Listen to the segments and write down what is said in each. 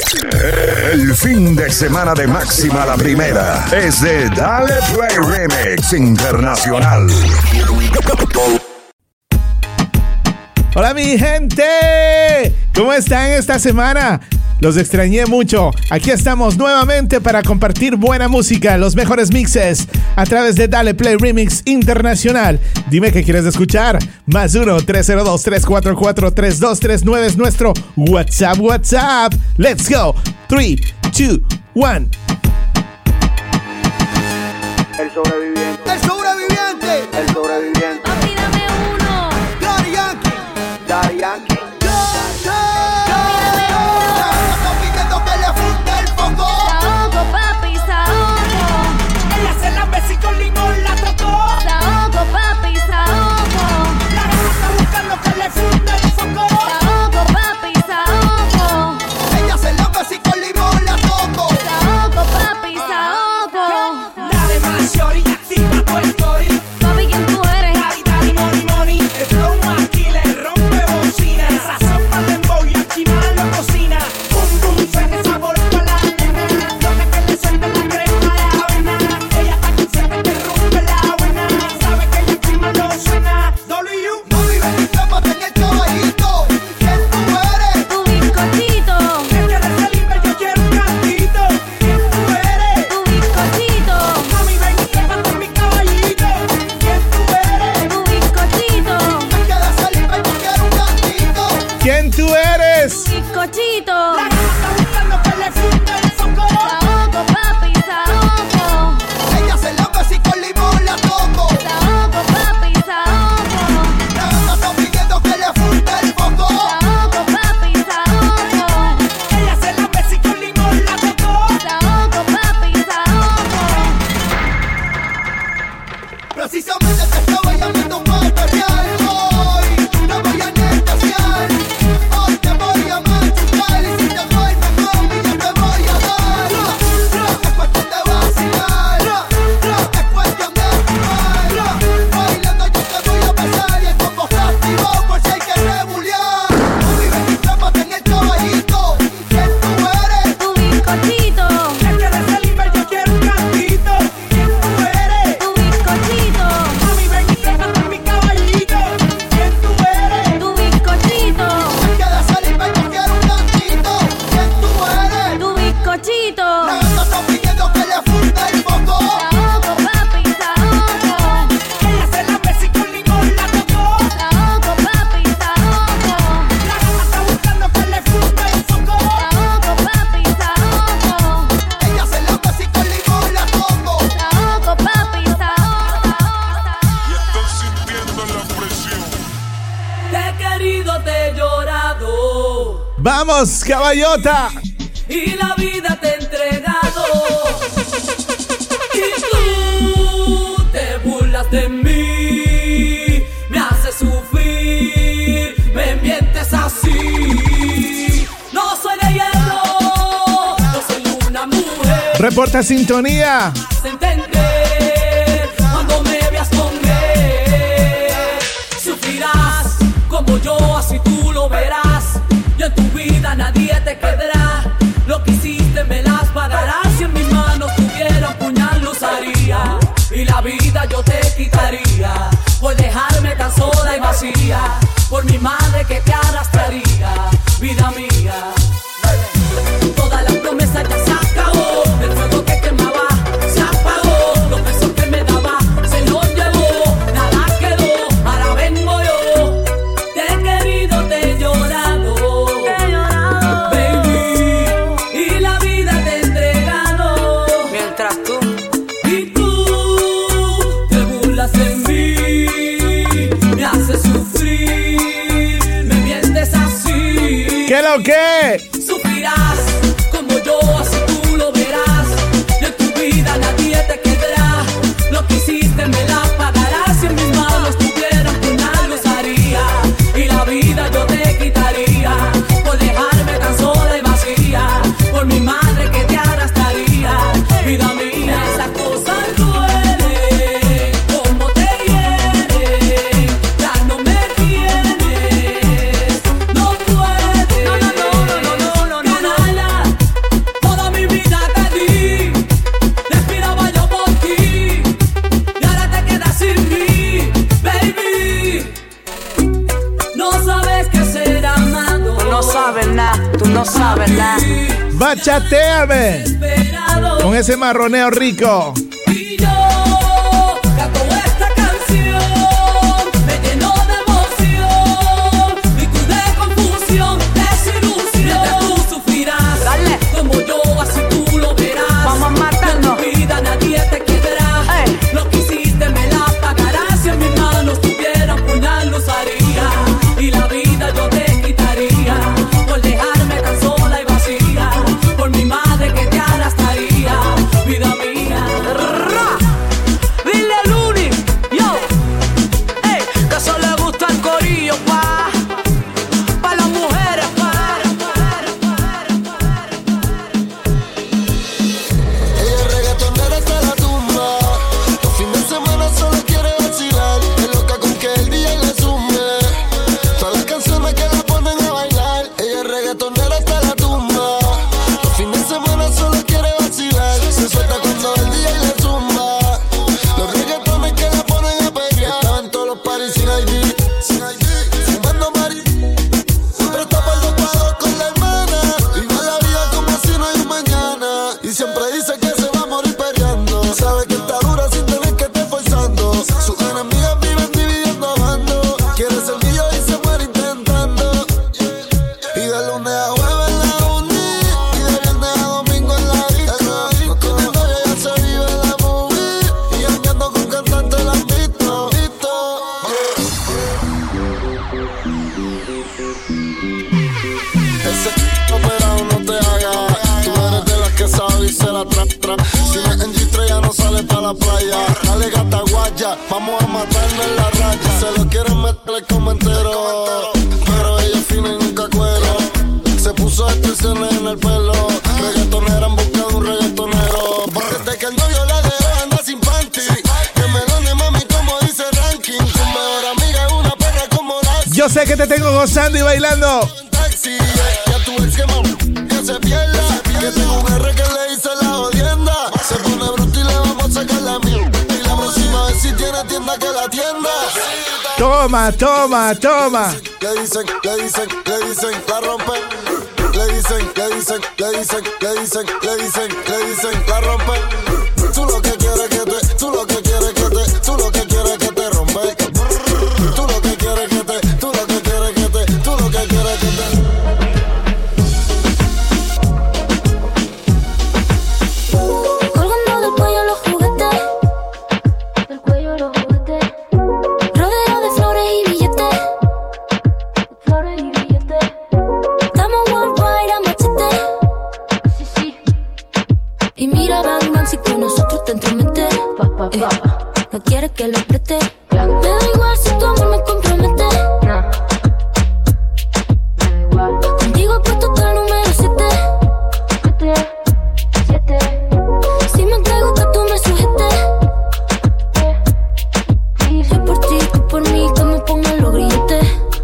El fin de semana de Máxima la Primera es de Dale Play Remix Internacional. Hola mi gente, ¿cómo están esta semana? Los extrañé mucho. Aquí estamos nuevamente para compartir buena música, los mejores mixes a través de Dale Play Remix Internacional. Dime qué quieres escuchar. Más 1-302-344-3239 es nuestro WhatsApp. Let's go. 3, 2, 1. El sobreviviente. El sobreviviente. El sobreviviente. Papi, dame uno. Daddy Yankee. Daddy Yankee. Está pidiendo que le funde el foco. Saoco, papi, saoco. Ella se la besí con limón, la tocó. Saoco, papi, saoco. La gata está buscando que le funde el foco. Saoco, papi, saoco. Ella se la besí con limón, la tocó. Saoco, papi, saoco. Dale más shorty, activa tu story. Papi, ¿quién tú eres? Daddy, daddy, money, money. El flow aquí le rompe bocina. Esa sopa de emboy, aquí más lo cocina. Bum, bum, suena el sabor pa' la nena. Loca que le suelta la crema de avena. Ella está consciente que rompe la buena. Sabe que ella aquí más lo suena. W. No vive ni escápate en el caballito. ¿Quién tú eres? Tu bizcochito. Es que de Felipe yo quiero un cantito. ¿Quién tú eres? Tu bizcochito. Mami, ven y trépate en mi caballito. ¿Quién tú eres? Tu bizcochito. Es que de Felipe yo quiero un cantito. ¿Quién tú eres? Tu bizcochito. La gata está buscando que le funde el foco. Saoco, papi, saoco. Ella se la besí con limón, la toco. Saoco, papi, saoco. La gata está pidiendo que le funde el foco. Saoco, papi, saoco. Ella se la besí con limón, la tocó. Saoco, papi, saoco. Precisamente te estaba llamando para perrear. Hoy te voy a anestesiar. Hoy te voy a machucar. Y si te duermes conmigo yo te voy a dar. Es cuestión de vacilar. Es cuestión de fumar. Bailando yo te voy a besar. Y el combo está activado por si hay que rebuliar. Tú vives y trápate en el caballito. ¿Quién tú eres? Tu bizcochito. Es que de Felipe yo quiero un cantito. ¿Quién tú eres? Tu bizcochito. Mami, ven y trépate en mi caballito. ¿Quién tú eres? Tu bizcochito. Es que de Felipe yo quiero un cantito. ¿Quién tú eres? Tu bizcochito. La gata está pidiendo que le funde el foco. Saoco, papi, saoco. Ella se la besí con limón, la tocó. Saoco, papi, saoco. La gata está buscando que le funde el foco. Saoco, papi, saoco. Ella se la besí con limón, la tocó. Saoco, papi, saoco. Y estoy sintiendo la presión. Te he querido, te he llorado ¡Vamos, caballota! y la vida te he entregado. Y tú te burlas de mí, me haces sufrir, me mientes así. No soy de hierro, no soy una mujer. Reporta sintonía. Vas a entender cuando me veas con él. Sufrirás como yo, así tú lo verás. Y en tu vida nadie te quedará. Lo que hiciste me las pagarás. Si en mis manos tuviera un puñal lo usaría. Y la vida yo te quitaría por dejarme tan sola y vacía. Por mi madre que te arrastraría, vida mía. Toda la promesa ya se acabó. El fuego que quemaba se apagó. Los besos que me daba se los llevó. Nada quedó, ahora vengo yo. Te he querido, te he llorado, baby, y la vida te he entregado. Mientras tú Y tú te burlas de mí, me haces sufrir, me mientes así. ¿Qué lo que? Sufrirás como yo, así tú lo verás. Y en tu vida nadie te quedará. Lo que hiciste me la pagarás. Si en mis manos tuvieran puñal lo usaría. Y la vida yo te quitaría por dejarme tan sola y vacía. Por mi madre que te arrastraría, vida mía. Esa cosa duele, como te hiere. Ya no me tienes, no puedes. ¿verdad? Bachateame con ese marroneo rico. Y yo canto esta canción, me lleno de emoción y tú de confusión, desilusión. Mientras tú sufrirás, Dale. como yo, así tú lo verás. Vamos a matarnos. En tu vida nadie te quedará. Ey. Lo que hiciste me la pagarás. Si en mis manos tuviera un puñal lo usaría y la vida yo te quitaría por dejarme tan sola y vacía. Por mi madre que te arrastraría, vida mía. Dile a Luni, yo, ey, que eso le gusta el corillo, pa las mujeres, Ella es reggaetonera hasta la tumba. Los fines de semana solo quiere vacilar. Es loca con que el día le sume. Todas las canciones que la ponen a bailar. Ella es reggaetonera hasta la tumba. Los fines de semana solo quiere vacilar. Se suelta cuando el día le zumba. Los reggaetones que la ponen a pelear. Estaban todos los parties sin ID. Fumando mari. Siempre está por los cuadros con la hermana. Vive la vida como si no hay un mañana. Y siempre dice que se va a morir peleando. Sabe que está dura sin tener que estar forzando. Sus enemigas viven dividiendo bandos. Quiere ser mío y se muere intentando. Y de lunes a jueves en la uni. Y de viernes a domingo en la disco. No tiene novia, ya se vive la movie. Y andando con cantantes la han visto. Ese operado no te haga. Tú eres de las que sabe y se la tra. Si no es en G3 ya no sale pa' la playa. Dale gata guaya, vamos a matarnos en la raya. Se lo quieren meter como entero, pero ella es fina y nunca cuero. Se puso extensiones en el pelo. Reggaetonera en busca de un reggaetonero. Desde que el novio la dejó anda sin panty. Que me done mami como dice ranking. Tu mejor amiga es una perra como la. Yo sé que te tengo gozando y bailando. Taxi, ya tu ex que se pierda. Que tengo un R que le hice la jodienda. Se pone bruto y le vamos a sacar la mierda. Y la próxima vez si tiene tienda que la tienda. Toma, toma, toma. Le dicen, la rompen. Le dicen, la rompen. Tú lo que quieres que te, tú lo que quieres que te, tú lo que quieres que te rompe. Tú lo que quieres que te, tú lo que quieres que te, tú lo que quieres que te. Colgando del cuello los juguetes, del cuello los juguetes, rodeado de flores y billetes, flores y billetes. Estamos worldwide a machete, sí, sí. Y mira, bang, bang, si con nosotros te entrometes, no quieres que lo apriete. Me da igual si tu amor me compromete. Contigo he puesto hasta el número 7. Si me entrego que tú me sujetes. Yo por ti, tú por mí, que me pongan los grilletes.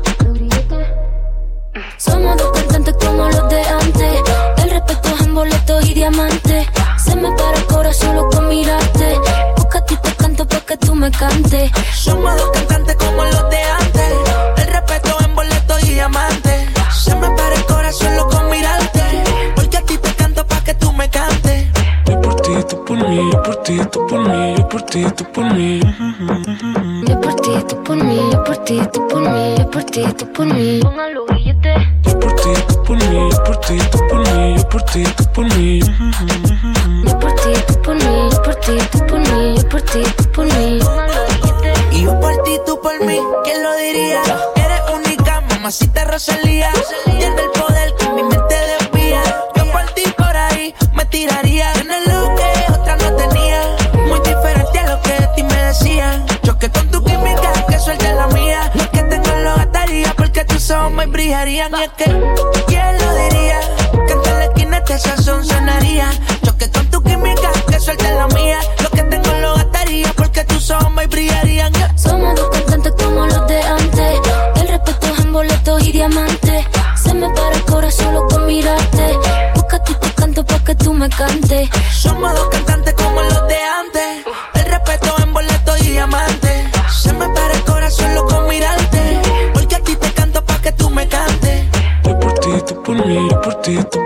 Somos dos cantantes como los de antes. El respeto es en boletos y diamantes. Se me para el corazón solo con mirarte. Busca a ti te canto pa' que tú me cantes. Somos dos cantantes como los de antes. El respeto en boletos y diamantes. Se me para el corazón loco con mirarte. Porque a ti te canto pa' que tú me cantes. Yo por ti, tú por mí, yo por ti, tú por mí, yo por ti, tú por mí. Yo por ti, tú por mí, yo por ti, tú por mí, yo por ti, tú por mí. Pongan los billetes. Yo por ti, tú por mí, yo por ti, tú por mí, yo por ti, tú por mí. Yo por ti, tú por mí, yo por ti, tú por mí, yo por ti, tú por mí. Pongan los billetes. Y yo por ti, tú por mí, ¿quién lo diría? Eres única, mamacita Rosalía. Tiene el poder que mi mente desvía. Yo por ti por ahí me tiraría. Tienes lo que otra no tenía. Muy diferente a lo que de ti me decían. Choque con tu química, que suelte la mía. Lo que tengo lo gastaría porque tus ojos me brillarían. Y es que, ¿quién lo diría? Que en toda la esquina este sazón sonaría. Choque con tu química, que suelte la mía. Lo que tengo lo gastaría porque tus ojos me brillarían. Somos dos cantantes como los de antes. El respeto es en boletos y diamantes. Se me para el corazón solo con mirarte. Busca a ti te canto pa' que tú me cantes. Somos dos cantantes como los de antes. El respeto en boletos y diamantes. Se me para el corazón loco con mirarte. Porque a ti te canto pa' que tú me cantes. Yo por ti, tú por mí, yo por ti, tú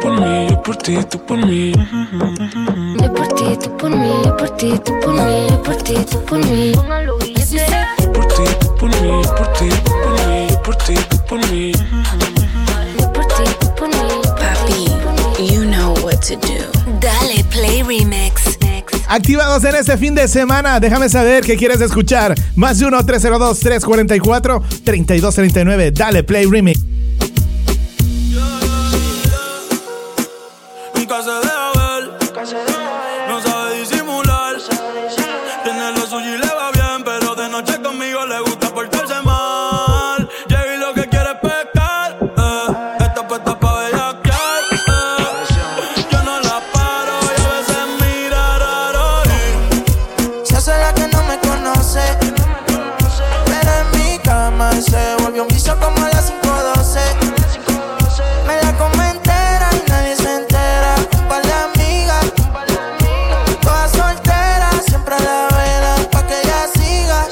por ti, tú por mí. Yo por ti, tú por mí, yo por ti, tú por mí, yo por ti, tú por mí. Póngalo billete. Por ti, tú por mí, por ti, tú por mí, por ti, tú por mí. Yo por ti, tú por mí. Papi, you know what to do. Dale Play Remix. Activados en este fin de semana, déjame saber qué quieres escuchar. Más de 1-302-344-3239. Dale Play Remix. Nunca se deja ver, no sabe disimular. Tiene lo suyo y le va bien, pero de noche conmigo le gusta portarse mal. Llega y lo que quiere es pescar, está puesta pa' bellaquear, yo no la paro y a veces mira raro Se hace la que no me conoce, pero en mi cama se volvió un vicio como a las 5:12. Me la come entera y nadie se entera. Un par de amigas, todas solteras, siempre a la vela pa' que ella siga.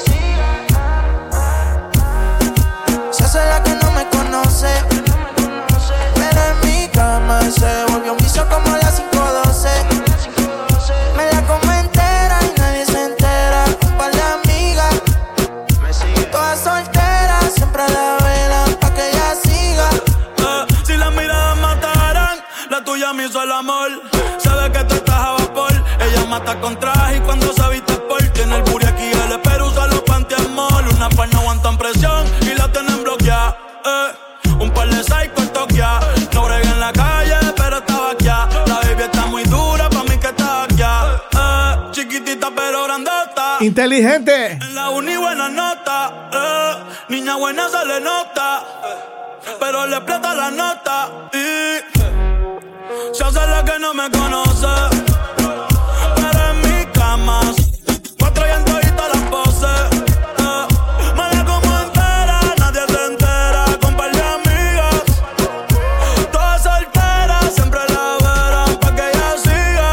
Se hace la que no me conoce, pero en mi cama se volvió un vicio como a las 5:12. Me la come entera y nadie se entera. Un par de amigas, todas solteras, siempre a la vela pa' que ella siga. Si las miradas mataran, la tuya me hizo el amor. Sabe que tú estás a vapor. Ella mata con traje y cuando se viste por tiene el booty aquí, el espero usa los panty-amol. Una par no aguantan presión y la tienen bloqueada. Un par de psycho en Tokia. No bregué en la calle, pero estaba aquí. La baby está muy dura, pa' mí que está aquí. Chiquitita pero grandota. Inteligente. En la uni buena nota. Niña buena se le nota, pero le explota la nota y se hace la que no me conoce, pero en mi cama 4 y en todita las poses. Me la como entera, nadie se entera. Con par de amigas, todas solteras, siempre la verán pa' que ella siga.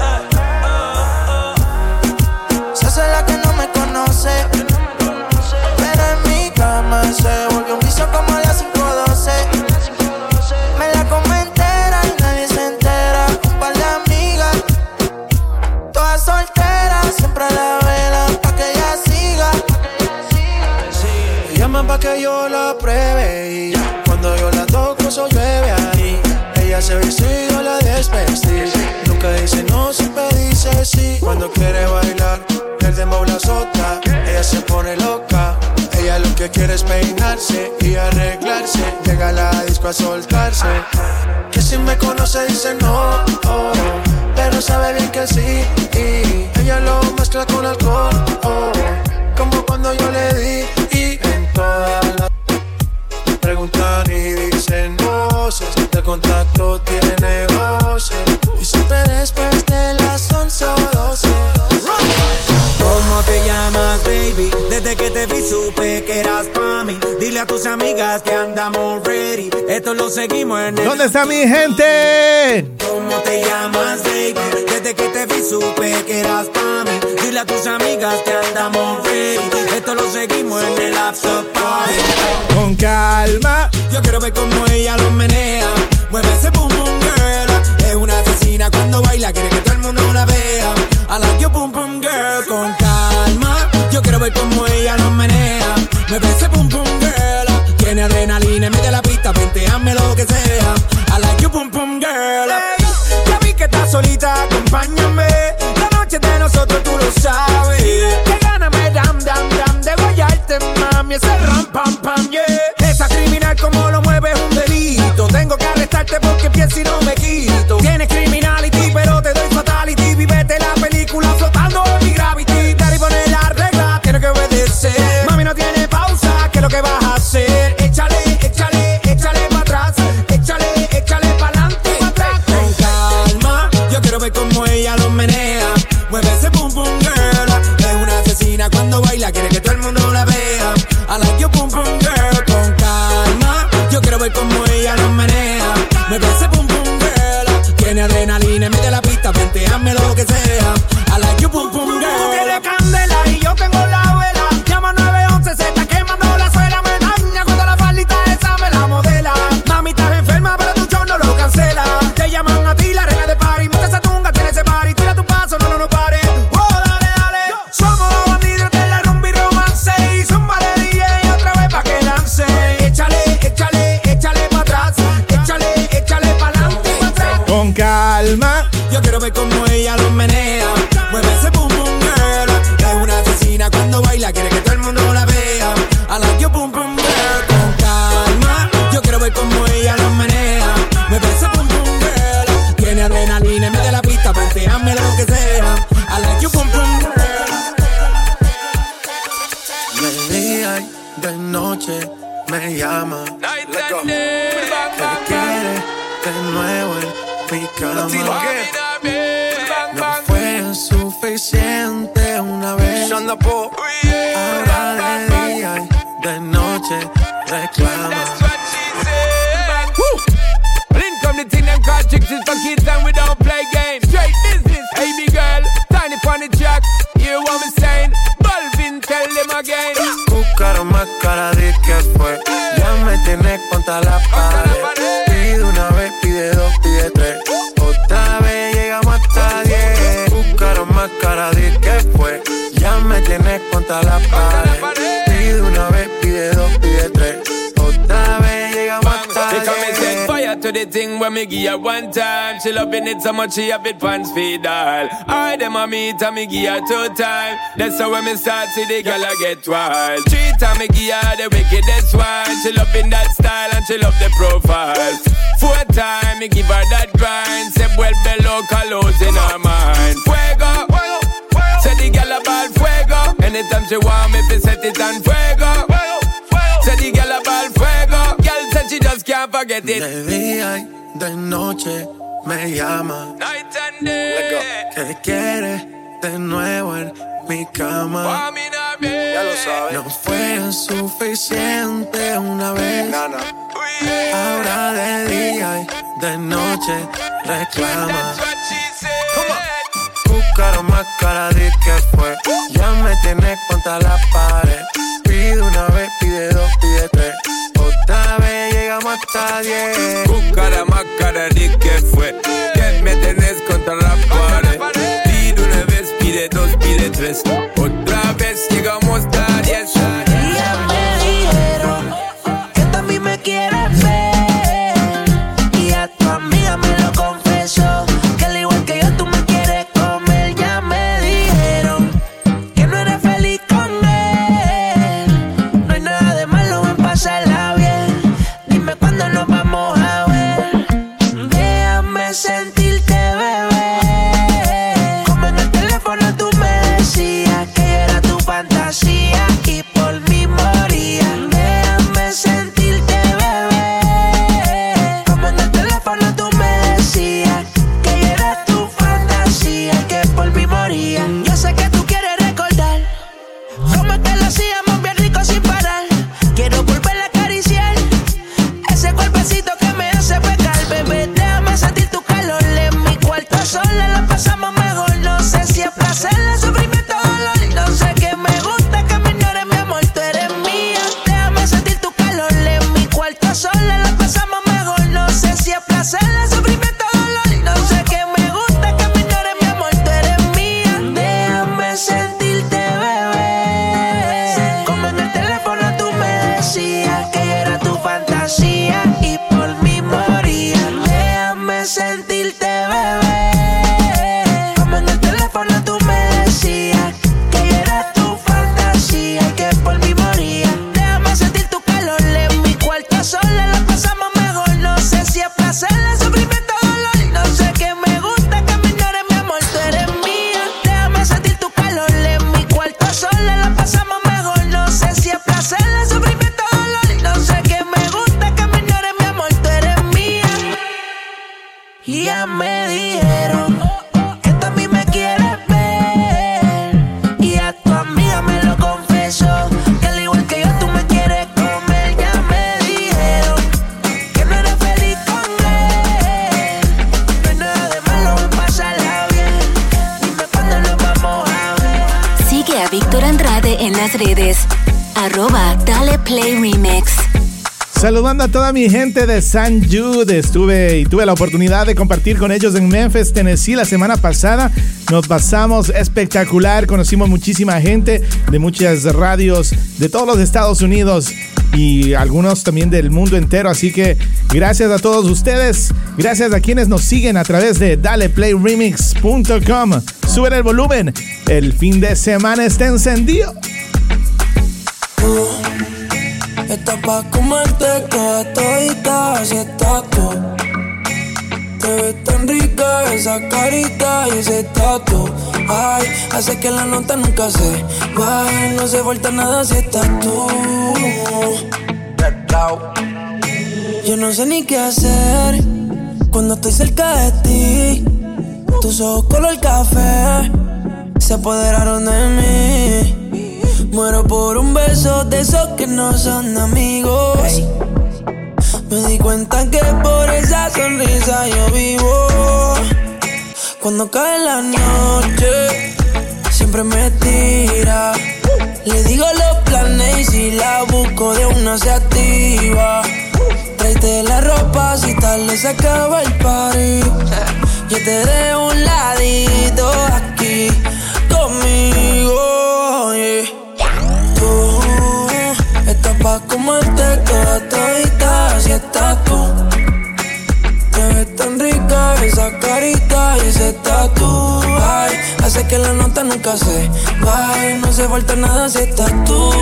Se hace la que no me conoce, pero en mi cama se volvió un vicio como a las 5:12. Me la come entera y nadie se entera. Un par de amigas, todas solteras, siempre a la vela pa' que ella siga. Me llaman pa' que yo la pruebe y cuando yo la toco eso llueve ahí. Ella se viste y yo la desvestí. Nunca dice no, siempre dice sí. Cuando quiere bailar, el dembow la azota. Ella se pone loca. Ella lo que quiere es peinarse y arreglarse. Llega a la disco a soltarse. Que si me conoce dice no, pero sabe bien que sí. Y ella lo mezcla con alcohol, como cuando yo le di. Y en todas las preguntan y dicen voces. De contacto tiene voces. Y siempre después de las 11 o 12. ¿Cómo te llamas, baby? Desde que te vi supe que eras pa' mí. Dile a tus amigas que andamos ready. Esto lo seguimos en el... ¿Dónde está mi gente? ¿Cómo te llamas, baby? Desde que te vi supe que eras pa' mí. Dile a tus amigas que andamos ready. Esto lo seguimos en el after party. Con calma. Yo quiero ver cómo ella lo menea. Mueve ese boom boom girl. Es una asesina cuando baila, quiere que todo el mundo la vea. I like your boom boom girl. Con calma. Yo quiero ver cómo ella lo menea. Mueve ese boom boom girl. Tiene adrenalina en medio de la pista, venteame lo que sea. I like your boom boom girl. Hey, ya vi que estás solita, acompáñame. La noche de nosotros tú lo sabes. Que gana me dam dam dam de guayarte, mami. Ese ram pam pam yeah. Esa criminal como lo mueve es un delito. Tengo que arrestarte porque pienso y no me quito. Tienes criminality pero te doy fatality. Vivete la película flotando en mi gravity. Daddy pone la regla, tiene que obedecer. Mami no tiene pausa, ¿qué es lo que vas a hacer? Échale, échale, échale pa' atrás. Échale, échale pa'lante, pa' atrás. Con calma, yo quiero ver cómo ella lo menea. Mueve ese boom boom girl. Es una asesina cuando baila, quiere que todo el mundo la vea. I like your boom boom girl. Con calma, yo quiero ver cómo ella lo menea. Mueve ese boom boom girl. Tiene adrenalina en medio de la pista, venteame lo que sea. I like your boom boom girl. Tú tienes candela y yo tengo la vela. Llama 911, se está quemando la suela. Me daña cuando la faldita esa me la modela. Mami, estás enferma, pero tu show no lo cancela. Te llaman a ti la con calma. Yo quiero ver cómo ella lo menea. Mueve ese boom boom girl. Es una asesina cuando baila, quiere que todo el mundo la vea. I like your boom boom girl. Con calma. Yo quiero ver cómo ella lo menea. Mueve ese boom boom girl. Tiene adrenalina en medio de la pista, planteame lo que sea. I like your boom boom girl. De día y de noche me llama. Que quiere de nuevo en mi cama. No fue suficiente una vez. Ahora de día y de noche reclama. Come the thing them call tricks is for kids and we don't play games. Straight business, hey big girl, tiny pon the track. Hear what me saying? Balvin, tell them again. Buscaron más cara de que fue. Ya me tienes contra la pared. Pide una vez, pide dos, pide tres. Otra vez llegamos hasta 10. Buscaron más cara de que fue. Ya me tienes contra la pared. Pide una vez, pide dos, pide tres. Otra vez llegamos hasta 10. Fire to the thing when me give her one time. She loving it so much she have it pants feed all. I dem a meet and me give her 2 times. That's how when me start see the girl I get wild. 3 times me give her the wickedest one. She loving that style and she love the profile. 4 times me give her that grind. Say vuelve loca los in her mind. Fuego, fuego, fuego. Say the girl about fuego. Anytime she want me fi set it on fuego. Fuego, fuego. Say the girl about fuego. Girl said she just can't forget it. De día y de noche me llama. Night and day. Que quiere de nuevo en mi cama. Ya lo sabes. No fue suficiente una vez. Ahora de día y de noche reclama. Buscaron más cara de que fue. Ya me tienes contra la pared. Pide una vez, pide dos, pide tres. Otra vez llegamos hasta 10. Buscara más cara de que fue. Que me tenés contra la pared. Pide una vez, pide dos, pide tres. Otra vez llegamos hasta 10. Ya me dijeron que también me quieres ver. Y a tu amiga me lo confesó. Que al igual que yo tú me quieres comer. Ya me dijeron que no eres feliz con él. No hay nada de malo en pasarla bien. Dime cuándo nos vamos a ver. Déjame sentirte, bebé. Como en el teléfono tú me decías que yo era tu fantasía y por mí moría. Déjame sentirte, bebé. Como en el teléfono tú me decías que yo era tu fantasía y que por mí moría. Yo sé que tú quieres recordar cómo es que lo hacíamos bien rico sin parar. Quiero volver a acariciar ese cuerpecito que me hace pecar, bebé. Déjame sentir tu calor en mi cuarto sola. La pasamos mejor, no sé si es placer, sufrimiento, dolor. No sé qué me gusta, que me ignores, mi amor, tú eres mía. Déjame sentir tu calor en mi cuarto sola. La pasamos mejor, no sé si es placer, sufrimiento, dolor. No sé qué me gusta, que me ignores, mi amor, tú eres mía. Déjame sentirte, bebé. Como en el teléfono tú me decías que yo era tu fantasía y por mí moría. Déjame sentirte, bebé. Como en el teléfono tú me decías que yo era tu fantasía y que por mí moría. Déjame sentir tu calor en mi cuarto sola. La pasamos mejor, no sé si es placer, sufrimiento, dolor. No sé qué me gusta, que me ignores, mi amor, tú eres mía. Déjame sentir tu calor en mi cuarto sola. La pasamos mejor, no sé si es placer, sufrimiento, dolor. No sé qué me gusta, que me ignores, mi amor, tú eres mía. Y ya me dijeron que también me quieres ver. Y a tu amiga me lo confesó. Que al igual que yo tú me quieres comer. Ya me dijeron que no eres feliz con él. No hay nada de malo en pasarla bien. Dime cuándo nos vamos a ver. Sigue a Víctor Andrade en las redes. @Dale Play Remix. Saludando a toda mi gente de St. Jude. Tuve la oportunidad de compartir con ellos en Memphis, Tennessee la semana pasada. Nos pasamos espectacular. Conocimos muchísima gente de muchas radios de todos los Estados Unidos. y algunos también del mundo entero. Así que gracias a todos ustedes, gracias a quienes nos siguen a través de DalePlayRemix.com. Suben el volumen, el fin de semana está encendido. Estás pa' comerte toda todita, así estás tú. Te ves tan rica esa carita y ese tatu. Ay, hace que la nota nunca se baje. No se falta nada si estás tú. Yo no sé ni qué hacer cuando estoy cerca de ti. Tus ojos color café se apoderaron de mí. Muero por un beso de esos que no son amigos. Me di cuenta que por esa sonrisa yo vivo. Cuando cae la noche, siempre me tira. Le digo los planes y si la busco de una se activa. Tráete la ropa si tarde se acaba el party. Yo te dejo un ladito aquí conmigo, yeah. Tú estás pa' comerte toda todita, así estás tú. Te ves tan rica esa carita y ese tatu. Ay, hace que la nota nunca se baje. No se falta nada si estás tú.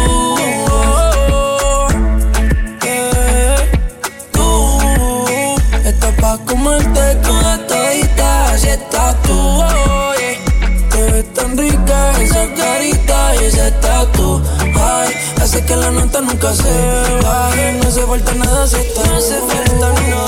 Tú estás pa' comerte toda todita, así estás tú. Te ves tan rica esa carita y ese tatu. Ay, hace que la nota nunca se baje. No se falta nada si estás tú. No se falta nada.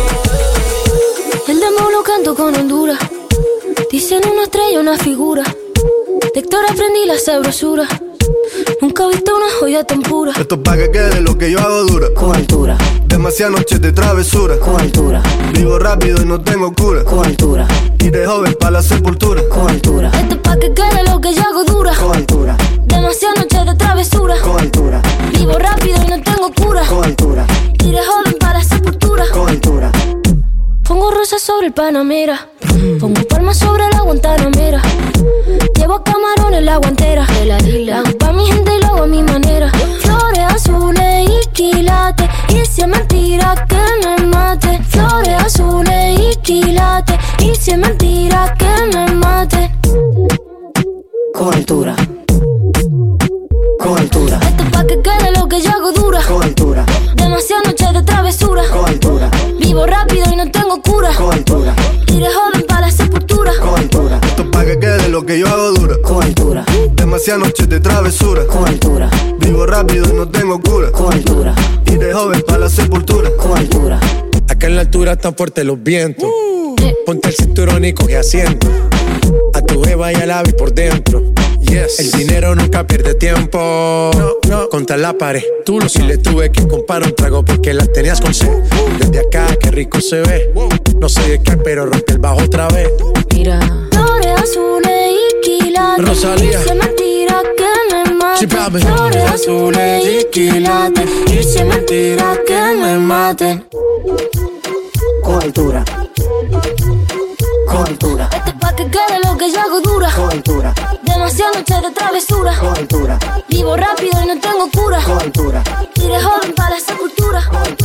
El demo lo canto con Honduras. Dicen una estrella, una figura. De Héctor aprendí la sabrosura. Nunca he visto una joya tan pura. Esto es pa' que quede lo que yo hago dura. Con altura. Demasiadas noches de travesura. Con altura. Vivo rápido y no tengo cura. Con altura. Y de joven pa' la sepultura. Con altura. Esto es pa' que quede lo que yo hago dura. Con altura. Demasiadas noches de travesura. Con altura. Vivo rápido y no tengo cura. Con altura. Y de joven para la sepultura. Con altura. Pongo rosas sobre el Panamera. Pongo palmas sobre la Guantanamera. Llevo camarones la guantera. De la isla. Hago pa' mi gente y lo hago a mi manera. Flores azules y quilates. Y si es mentira que me mate. Flores azules y quilates. Y si es mentira que me mate. Con altura. Con altura. Esto es pa' que quede lo que yo hago dura. Con altura. Demasiadas noches de travesura. Con altura. Vivo rápido y no tengo cura. Con altura. Y de joven para la sepultura. Con altura. Esto es pa' que quede lo que yo hago dura. Con altura. Demasiadas noches de travesura. Con altura. Vivo rápido y no tengo cura. Con altura. Y de joven para la sepultura. Con altura. Acá en la altura están fuertes los vientos. Ponte el cinturón y coge asiento. A tu jeva y al ave por dentro. Yes. El dinero nunca pierde tiempo. No. Contra la pared. Tú lo si le tuve que comprar un trago porque las tenías con sed. Desde acá, qué rico se ve. No sé de qué, pero rompe el bajo otra vez. Mira. Flores azules y quilates. Rosalía. Y si es mentira que me mate. Flores azules y quilates. Y si es mentira que me maten. Con altura. Con altura. Esto es pa' que quede lo que yo hago dura. Con altura. Demasiadas noches de travesura. Con altura. Vivo rápido y no tengo cura. Con altura. Y de joven para la sepultura. Antes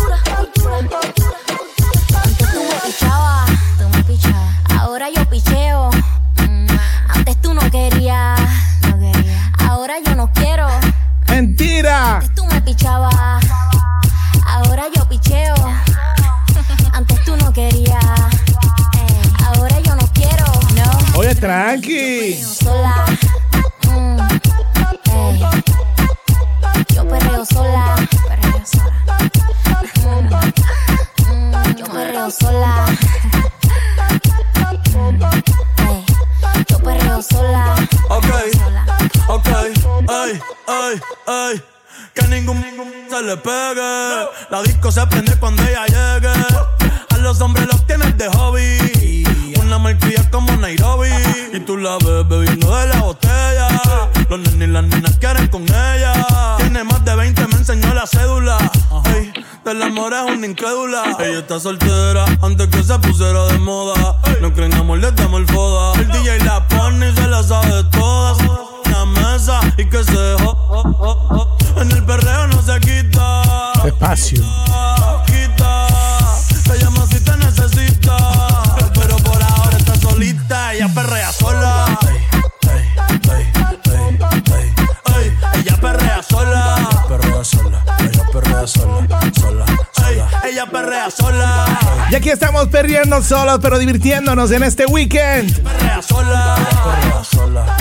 tú me pichabas, ahora yo picheo. Antes tú no querías, ahora yo no quiero. ¡Mentira! Antes tú me pichabas, ahora yo picheo. Antes tú no querías, ahora yo no quiero. No. Oye, tranqui. Sola. Yo perreo sola. Yo perreo sola. Yo perreo sola. Ok, ay. Que ningún se le pegue. La disco se prende cuando ella llegue. A los hombres los tienes de hobby. Una malcria como Nairobi. Y tú la ves bebiendo de la botella. Los nenes y las nenas quieren con ella. Tiene más de 20, me enseñó la cédula. Ey, del amor es una incrédula. Ella está soltera antes que se pusiera de moda. No creen amor, le damos el foda. El DJ la pone y se la sabe todas. Una mesa y que se dejó. En el perreo no se quita. miss you. Te llama si te necesita, pero por ahora está solita. Ella perrea sola. Ella perrea sola. Perrea sola, ella perrea sola. Ella perrea sola. Y aquí estamos perreando solos, pero divirtiéndonos en este weekend. Perrea sola. Perrea sola.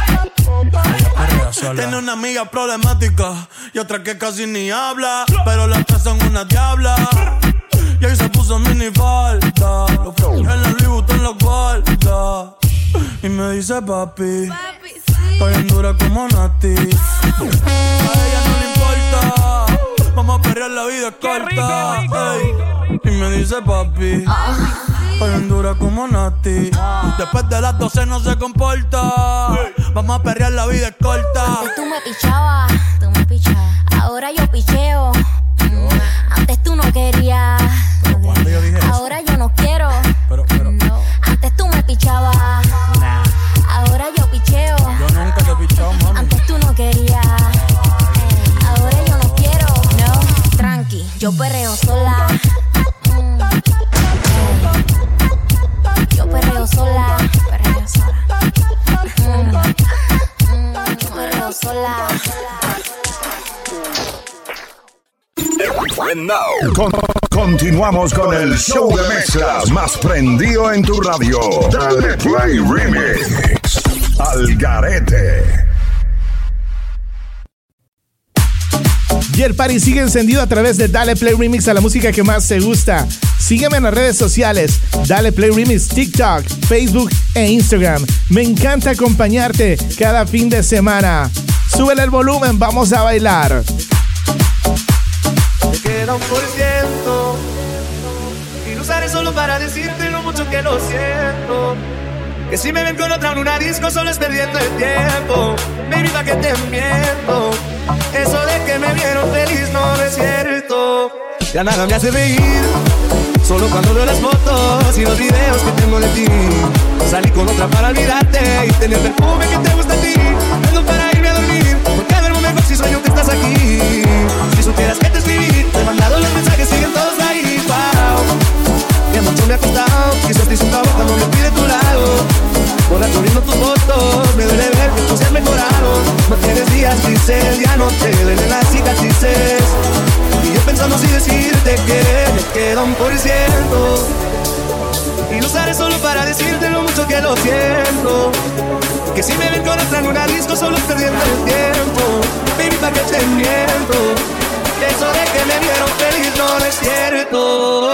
Tiene una amiga problemática y otra que casi ni habla, pero las tres son una diabla. Y ahí se puso mini falta, en la Louis Vuitton la guarda. Y me dice papi, está bien dura como Nati. A ella no le importa, vamos a perrear, la vida es corta. Ey. Y me dice papi, está bien dura como Nati. Después de las 12 no se comporta. Vamos a perrear, la vida es corta. Antes tú me pichabas, ahora yo picheo. Antes tú no querías, ahora yo no quiero. No. Antes tú me pichabas, ahora yo picheo. Yo nunca te he pichado, mami. Antes tú no querías, ahora yo no quiero. No, tranqui, yo perreo sola. Yo perreo sola. Perreo sola. Continuamos con el show de mezclas más prendido en tu radio. Dale Play Remix. Al garete. Y el party sigue encendido a través de Dale Play Remix a la música que más te gusta. Sígueme en las redes sociales, Dale Play Remix, TikTok, Facebook e Instagram. Me encanta acompañarte cada fin de semana. Súbele el volumen, vamos a bailar. Te queda 1% y lo usaré solo para decirte lo mucho que lo siento. Que si me ven con otra en una disco solo es perdiendo el tiempo. Baby, ¿pa' qué te miento? Eso de que me vieron feliz no es cierto. Ya nada me hace reír, solo cuando veo las fotos y los videos que tengo de ti. Salí con otra para olvidarte y tener el perfume que te gusta a ti. Vendo para irme a dormir, porque duermo mejor si sueño que estás aquí. Si supieras que te escribí, te he mandado los mensajes, siguen todos ahí. Wow, que mucho me ha costado, quizás te hice un favor cuando me fui de tu lado. Borrar corriendo tus fotos, me duele ver que tú seas mejorado. No tienes días grises, ya no te duelen las cicatrices. Y yo pensando si decirte que me queda 1%. Y lo usaré solo para decirte lo mucho que lo siento. Que si me ven con otra en una disco solo es perdiendo el tiempo. Baby, ¿pa' qué te miento? Eso de que me vieron feliz no es cierto.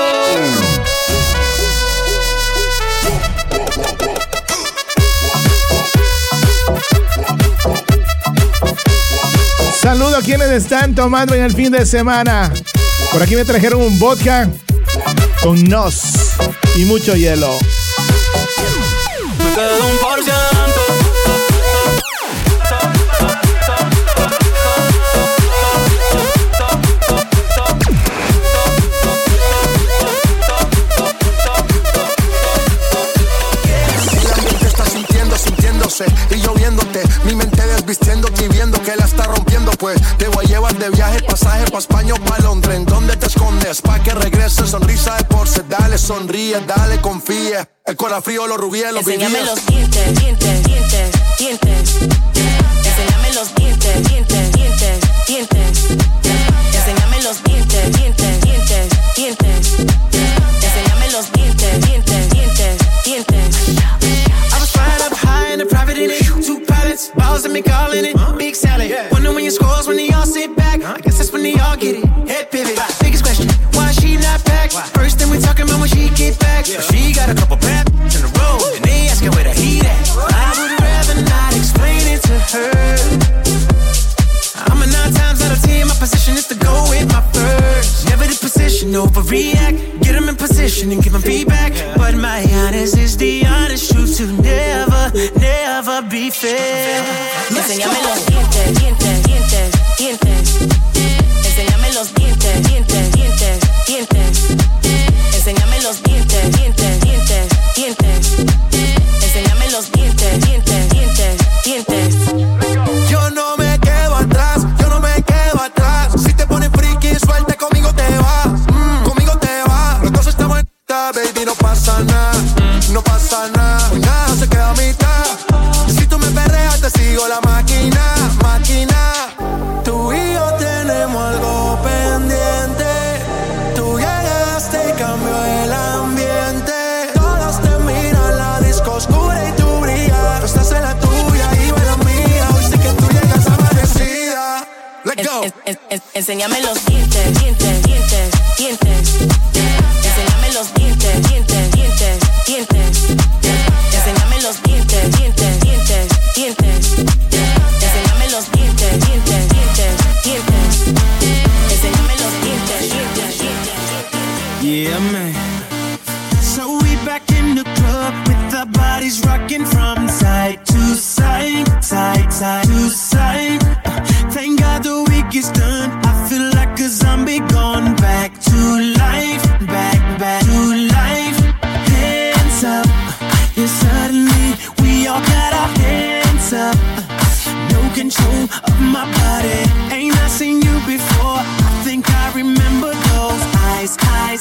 Saludo a quienes están tomando en el fin de semana. Por aquí me trajeron un vodka con noz y mucho hielo. Me queda 1%. Y yo viéndote, mi mente desvistiéndote y viendo que la está rompiendo. Pues te voy a llevar de viaje, pasaje pa' España o pa' Londres. ¿En dónde te escondes? Pa' que regreses, sonrisa de porce. Dale, sonríe, dale, confía. El corazón frío, los rubíes, los vivíes. Enséñame los dientes, dientes, dientes, dientes. Enséñame los dientes, dientes, dientes, dientes. Enséñame los dientes, dientes, dientes, dientes. Enséñame los dientes, dientes, dientes, dientes. Right up high in the private in it. 2 pilots, balls and me calling it. Big salad. Wonder when your scores when they all sit back. I guess that's when they all get it. Head pivot. Biggest question, why she not back? First thing we talking about when she get back. She got a couple bad in a row, and they asking where the heat at. I would rather not explain it to her. I'm a 9 times out of 10. My position is to go with my first. Never the position, overreact. Get them in position and give them feedback. But my honest is the honest truth to never, never be fair. Enséñame los dientes, dientes, dientes, dientes. Enséñame los dientes, dientes, dientes, dientes. Enséñame los dientes, dientes, dientes, dientes. Enséñame los dientes, dientes, dientes, dientes. Yo no me quedo atrás, yo no me quedo atrás. Si te pones friki, suelta conmigo te nunca nada. Hoy nada se queda a mitad. Y si tú me perreas, te sigo la máquina. Tú y yo tenemos algo pendiente. Tú llegaste y cambió el ambiente. Todos te miran, la disco oscura y tú brillas. Tú estás en la tuya y yo en la mía. Hoy sé que tú llegas amanecida. Let's go. Enséñame los dientes. Enséñame los dientes. Enséñame los dientes. Enséñame los dientes. Enséñame los dientes. Yeah, man. So we back in the club with our bodies rocking from side to side, side to side. Thank God the week is done. I feel like a zombie gone back to life, back to life. Hands up, yeah, suddenly we all got our hands up. No control of my body. Ain't I seen you before? I think I remember those eyes.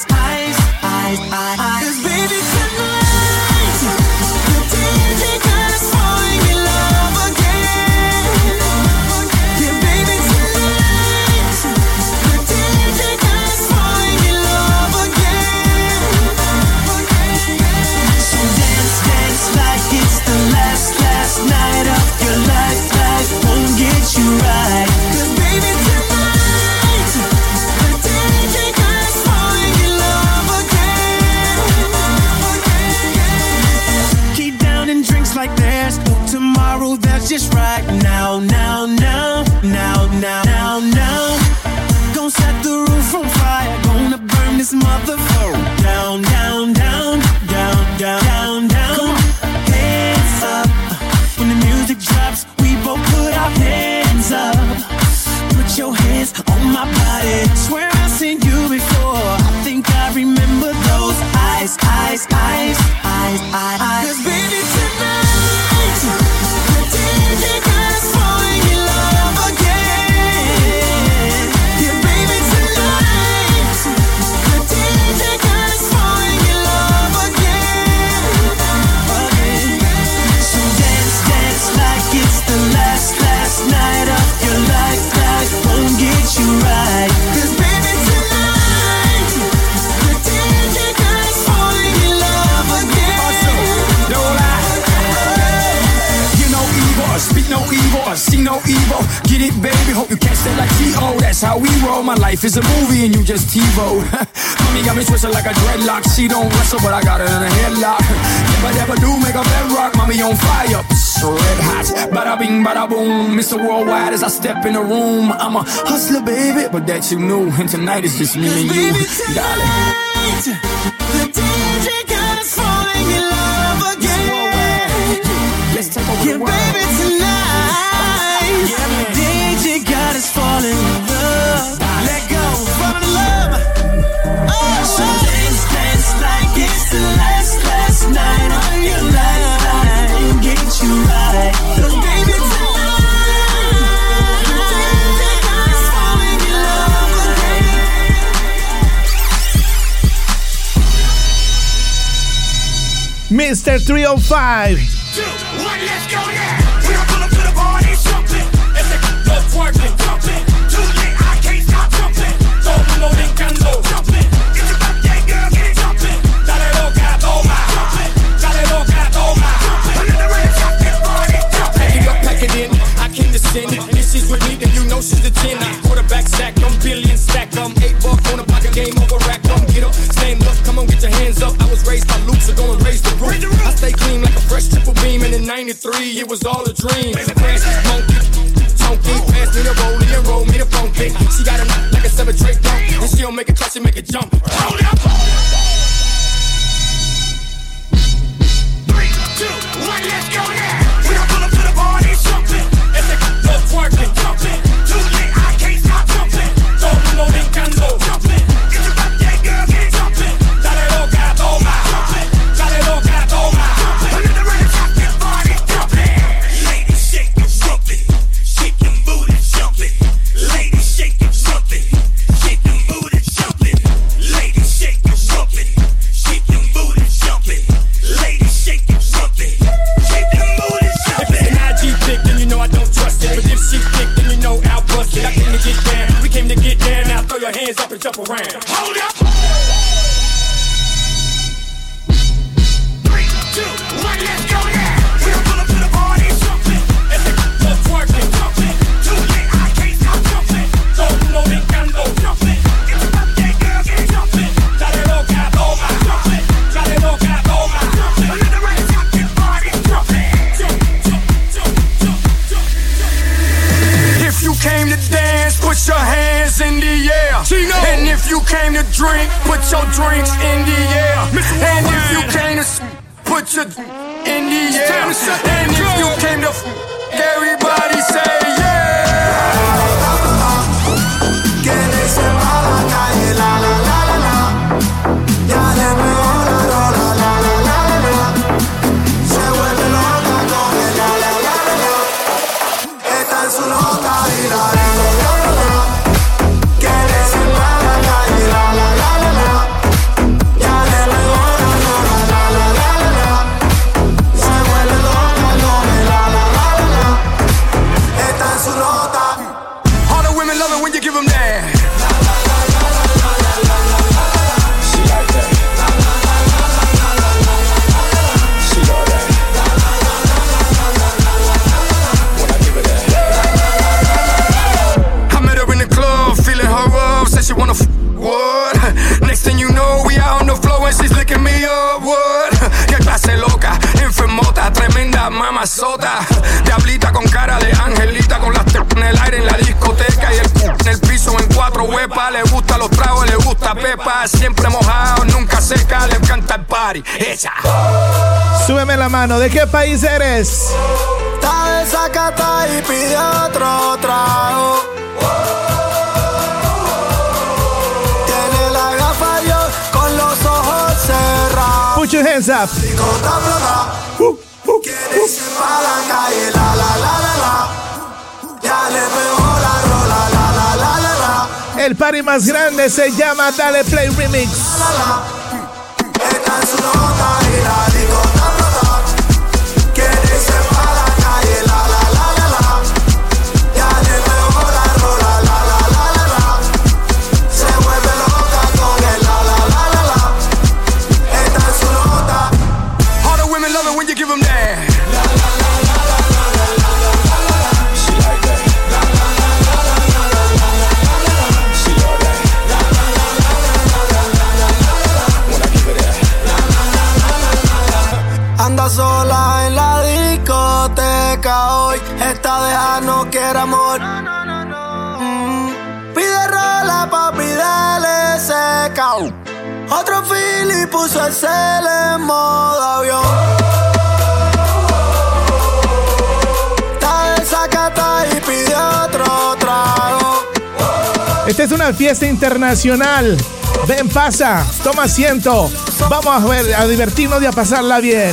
'Cause baby tonight, the DJ got us falling in love again. Yeah, baby tonight, the DJ got us falling in love again. So dance like it's the last night of your life. Life won't get you right. 'Cause baby tonight, the DJ got us falling in love again. Keep down and drinks like there's no tomorrow. That's just right now. Gonna set the roof on fire. Gonna burn this motherfucker down. Come on, hands up. When the music drops, we both put our hands up. Put your hands on my body. Swear I've seen you before. I think I remember those eyes. 'Cause baby tonight, the DJ got us falling in love again. Yeah, baby tonight, the DJ got us falling in love again. So dance like it's the last night of your life. Life won't get you right. 'Cause baby tonight, the DJ got us falling in love again. Don't lie. You know evil, speak no evil, or see no evil. Get it, baby, hope you catch that like T.O. That's how we roll. My life is a movie and you just TiVo. Mommy got me twisted like a dreadlock. She don't wrestle, but I got her in a headlock. Never do make a bedrock. Mommy on fire, red hot. Bada bing, bada boom. Mr. Worldwide as I step in the room. I'm a hustler, baby, but that you knew. And tonight is just me and you, darling. The DJ got us falling in love again. Let's take over Yeah, the world. baby, tonight, DJ got us falling in love. Let go, fall in love. So dance like it's the last night of your life. And get you right. 'Cause baby, tonight, DJ got us falling in love again. Mr. 305. Let's go, yeah. We don't pull up to the party, jumping. Ese go twerking, jumping. Too lit, I can't stop jumping. Todo el mundo brincando, jumping. It's your birthday, girl, get it jumping. Dale loca, toma, jumping. Dale loca, toma, jumping. Another red jumping, party, jumping. Pack it up, pack it in. I can descend. If she's with me, then you know she's the 10. I quarterback sack, I'm billion stack. I'm 8 buck on the pocket, game over rack. Come get up, stand up, come on, get your hands up. I was raised by Luke, so go and raise the roof. I stay clean like a fresh triple beam, and in '93, it was all a dream. Crash, monkey, chunky, pass me the rollie and roll me the funky. She got a like a 7 tray dunk, and she don't make it touch, she make it jump. Hold up. 3, 2, 1, let's go, yeah. We don't pull up to the party, jumping. Ese go twerking, jumping. Too lit, I can't stop jumping. Todo el mundo brincando, jumping. It's your birthday, girl, get it jumping. Dale loca, toma, jumping. Dale loca, toma, jumping. Another red jumping, party, jumping. Ladies, shake your something. Shake your booty, jumping. Ladies, shake your something. Shake your booty, jumping. Ladies, shake your hands up and jump around. Hold up. 3, 2, 1, let's go now. We don't pull up to the party, jumping. Ese c***o twerking, jumping. Too late, I can't stop jumping. Todo el mundo brincando, jumping. It's a birthday girl, get jumping. Dale loca, toma, jumping. Dale loca, toma, jumping. Another right jumping party, jumping. Jump, jump, jump, jump, jump, jump. If you came to dance, put your hands in the air. Chino. And if you came to drink, put your drinks in the air. And if you came to put your in the air. And if you came to everybody say yeah. Quiere irse pa' la calle, la la la la la. Ya le pegó la rola, la la la la la. Se vuelve loca con el la la la la la. Está en su nota y la la la la la. Quiere irse pa' la calle, la la la la la. Ya le pegó la rola, la la la la la. Se vuelve loca con el la la la la la. Está en su nota. All the women love it when you give them that. She like that. She love that. When I give her that. I met her in the club, feeling her up, said she wanna what? Next thing you know, we out on the floor and she's licking me up, what? Que clase loca, enfermota, tremenda mamazota. Diablita con cara de angelita, con las en el aire en la discoteca y el en el piso en 4 huepas. Le gustan los tragos, le gusta Pepa, siempre mojado, nunca seca, le encanta el party. Ella. Súbeme la mano, ¿de qué país eres? Está desacata y pide otro trago. Tiene la gafa yo con los ojos cerrados. Put your hands up. Quiere irse pa' la calle, la la la la la. Ya le pegó la rola, la la la la la. El party más grande se llama Dale Play Remix. La la la. Está en su nota y la discota explota. Quiere irse pa' la calle, la la la la la. Ya le pegó la rola, la la la la la. Se vuelve loca con el la la la la la. Está en su nota. All the women love it when you give them that. She like that. She love that. When I give her that. Anda sola en la discoteca hoy. Esta deja no quiere amor. Pide rola, papi, dale seca. Otro Philly puso el cel en modo avión. Está desacata y pide otro trago. Esta es una fiesta internacional. Ven, pasa, toma asiento. Vamos a divertirnos y a pasarla bien.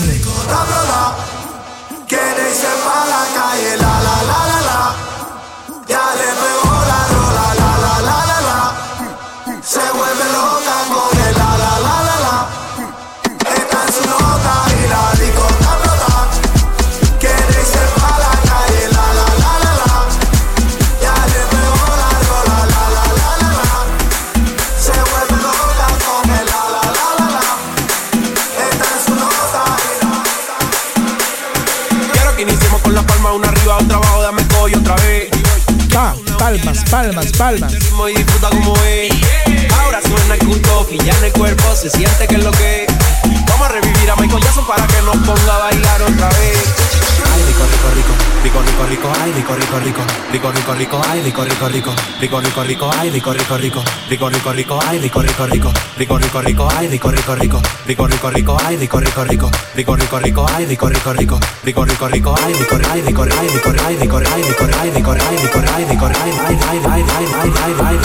Quiere irse pa' la calle, la la la la la. Ya le pegó la rola, la la la la la. Se vuelve loca con el la la la la la. Está en su nota y la discota explota. Quiere irse pa' la calle, la la la la la. Ya le pegó la rola, la la la la la. Se vuelve loca con el la la la la la. Está en su nota y la Quiero que iniciemos con la palma, una arriba, otra abajo, dame todo y otra vez. Palmas, palmas, palmas. Y disfruta como es. Ahora suena el culto y ya en el cuerpo se siente que es lo que es. Vamos a revivir a Michael Jackson para que nos ponga a bailar otra vez. Ay, rico, rico, rico, rico, rico, rico, ay, rico, rico, rico, rico, rico, rico, ay, rico, rico, rico, rico, rico, rico, ay, rico, rico, rico, rico, rico, rico, ay, rico, rico, rico, rico, rico, rico, ay, rico, rico, rico, rico, rico, rico, ay, rico, rico, rico, rico, rico, rico, ay, rico, rico, rico, rico, rico, rico, ay, rico, ay, rico, ay, rico, ay, rico, ay, rico, ay, rico, ay, rico, ay, rico, ay, ay, ay, ay, ay, ay,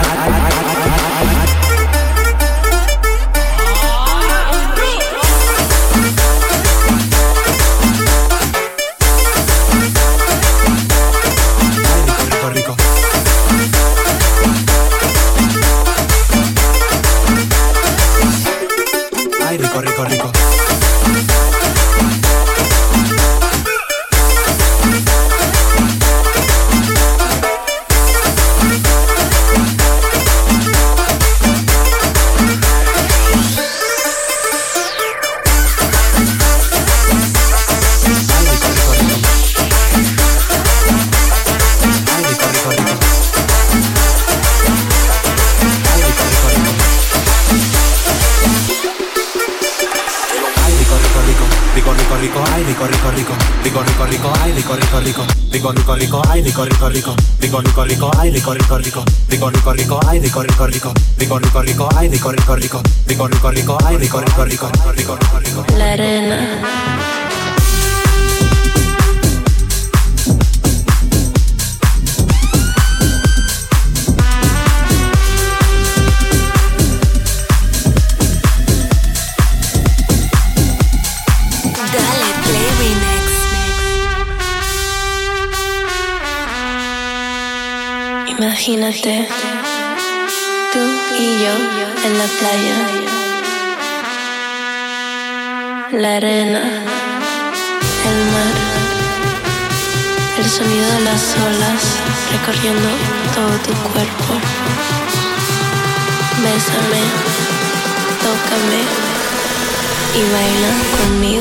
rico, rico, rico. licor, rico, rico, rico, rico, rico, ay, licor, rico, rico, rico, rico, rico, ay, licor, rico, rico, rico, rico, rico, ay, licor, rico, rico, rico, rico, rico, ay, licor, rico, rico, rico, rico, rico, ay, licor, rico, rico, rico, rico, rico, ay, licor, rico, rico, rico, rico, rico. La arena. Imagínate, tú y yo en la playa, la arena, el mar, el sonido de las olas recorriendo todo tu cuerpo. Bésame, tócame y baila conmigo.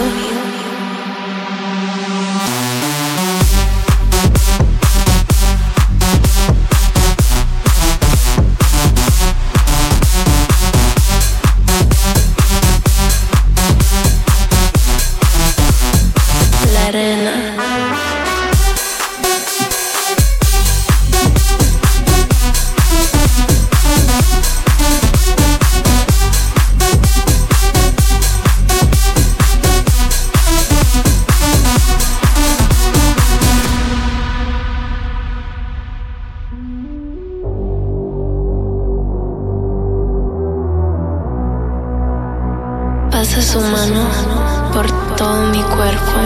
Pasa su mano por todo mi cuerpo.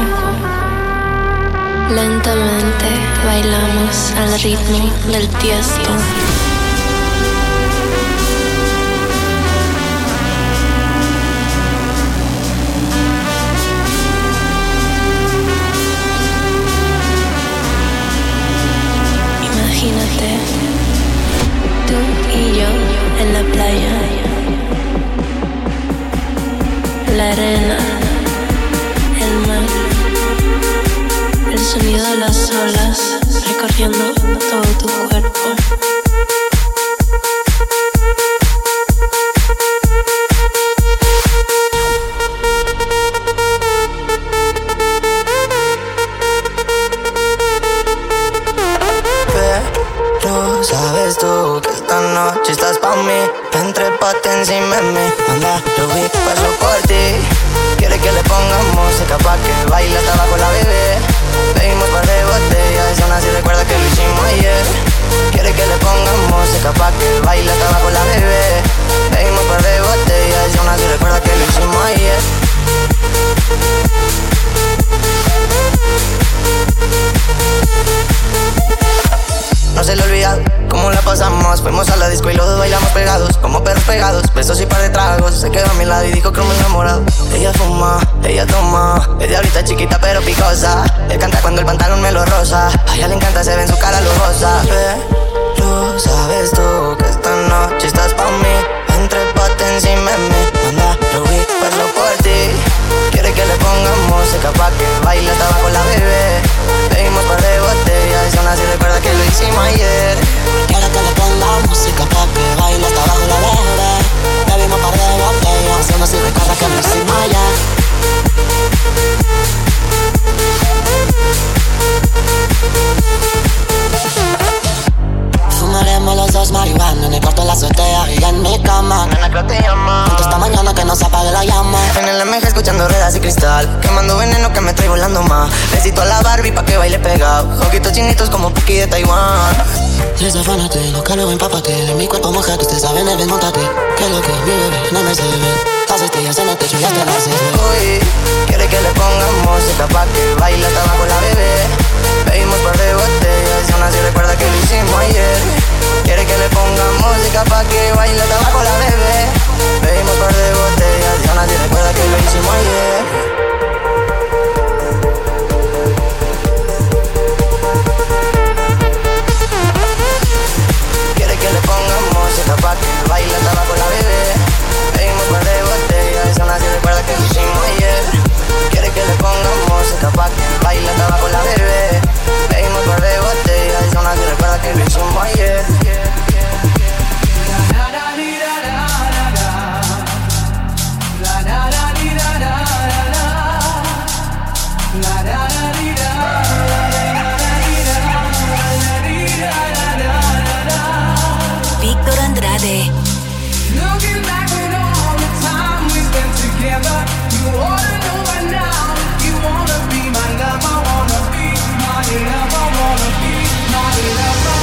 Lentamente bailamos al ritmo del Tiesto. Imagínate, tú y yo en la playa. La arena, el mar, el sonido de las olas recorriendo todo tu cuerpo. Pero sabes tú que esta noche estás pa' mí. Entrépate encima de mí, anda, Rubí, paso por ti. Quiere que le pongamos música pa' que baile hasta abajo la bebé. Bebimos par de botellas y aún así recuerda que lo hicimos ayer. Quiere que le pongamos música pa' que baile hasta abajo la bebé. Bebimos par de botellas y aún así recuerda que lo hicimos ayer. No se le olvida cómo la pasamos. Fuimos a la disco y los dos bailamos pegados, como perros pegados, besos y par de tragos. Se quedó a mi lado y dijo que me enamorado. Ella fuma, ella toma, es de ahorita chiquita pero picosa. Él canta cuando el pantalón me lo rosa. A ella le encanta, se ve en su cara lujosa. Pero sabes tú que esta noche estás pa' mí. Entrépate encima de mí, anda, Rubí, paso por ti. Quiere que le ponga música pa' que baile hasta abajo la bebé. Bebimos par de botellas y aún así recuerda que lo hicimos ayer. Quiere que le ponga música pa' que baile hasta abajo la bebé. Bebimos par de botellas y aún así recuerda que lo hicimos ayer. Fumaremos los dos marihuana en el cuarto de la azotea y en mi cama. Nena, creo te llama. Juntos esta mañana que no se apague la llama. En el MG escuchando ruedas y cristal, quemando veneno que me trae volando más. Besito a la Barbie pa' que baile pegado. Ojitos chinitos como Puki de Taiwán. Desafánate, lo que luego empápate. De mi cuerpo mojate, ustedes saben, ven, montate. Que lo que mi bebé no me se ve. Las estrellas en el techo y hasta las 6. Uy, quiere que le ponga música pa' que baile hasta abajo la bebé. Bebimos par de botellas y aún así recuerda que lo hicimos ayer. Quiere que le ponga música pa' que baile hasta abajo la bebé. Bebimos par de botellas y aún así recuerda que lo hicimos ayer. Quiere que le ponga música pa' que baile hasta abajo la bebé. Bebimos par de botellas y aún así recuerda que lo hicimos ayer. Quiere que le ponga Víctor Andrade. Looking back on all the time we spent together, you ought to know by now. You wanna be my lover, wanna be my lover, wanna be my lover.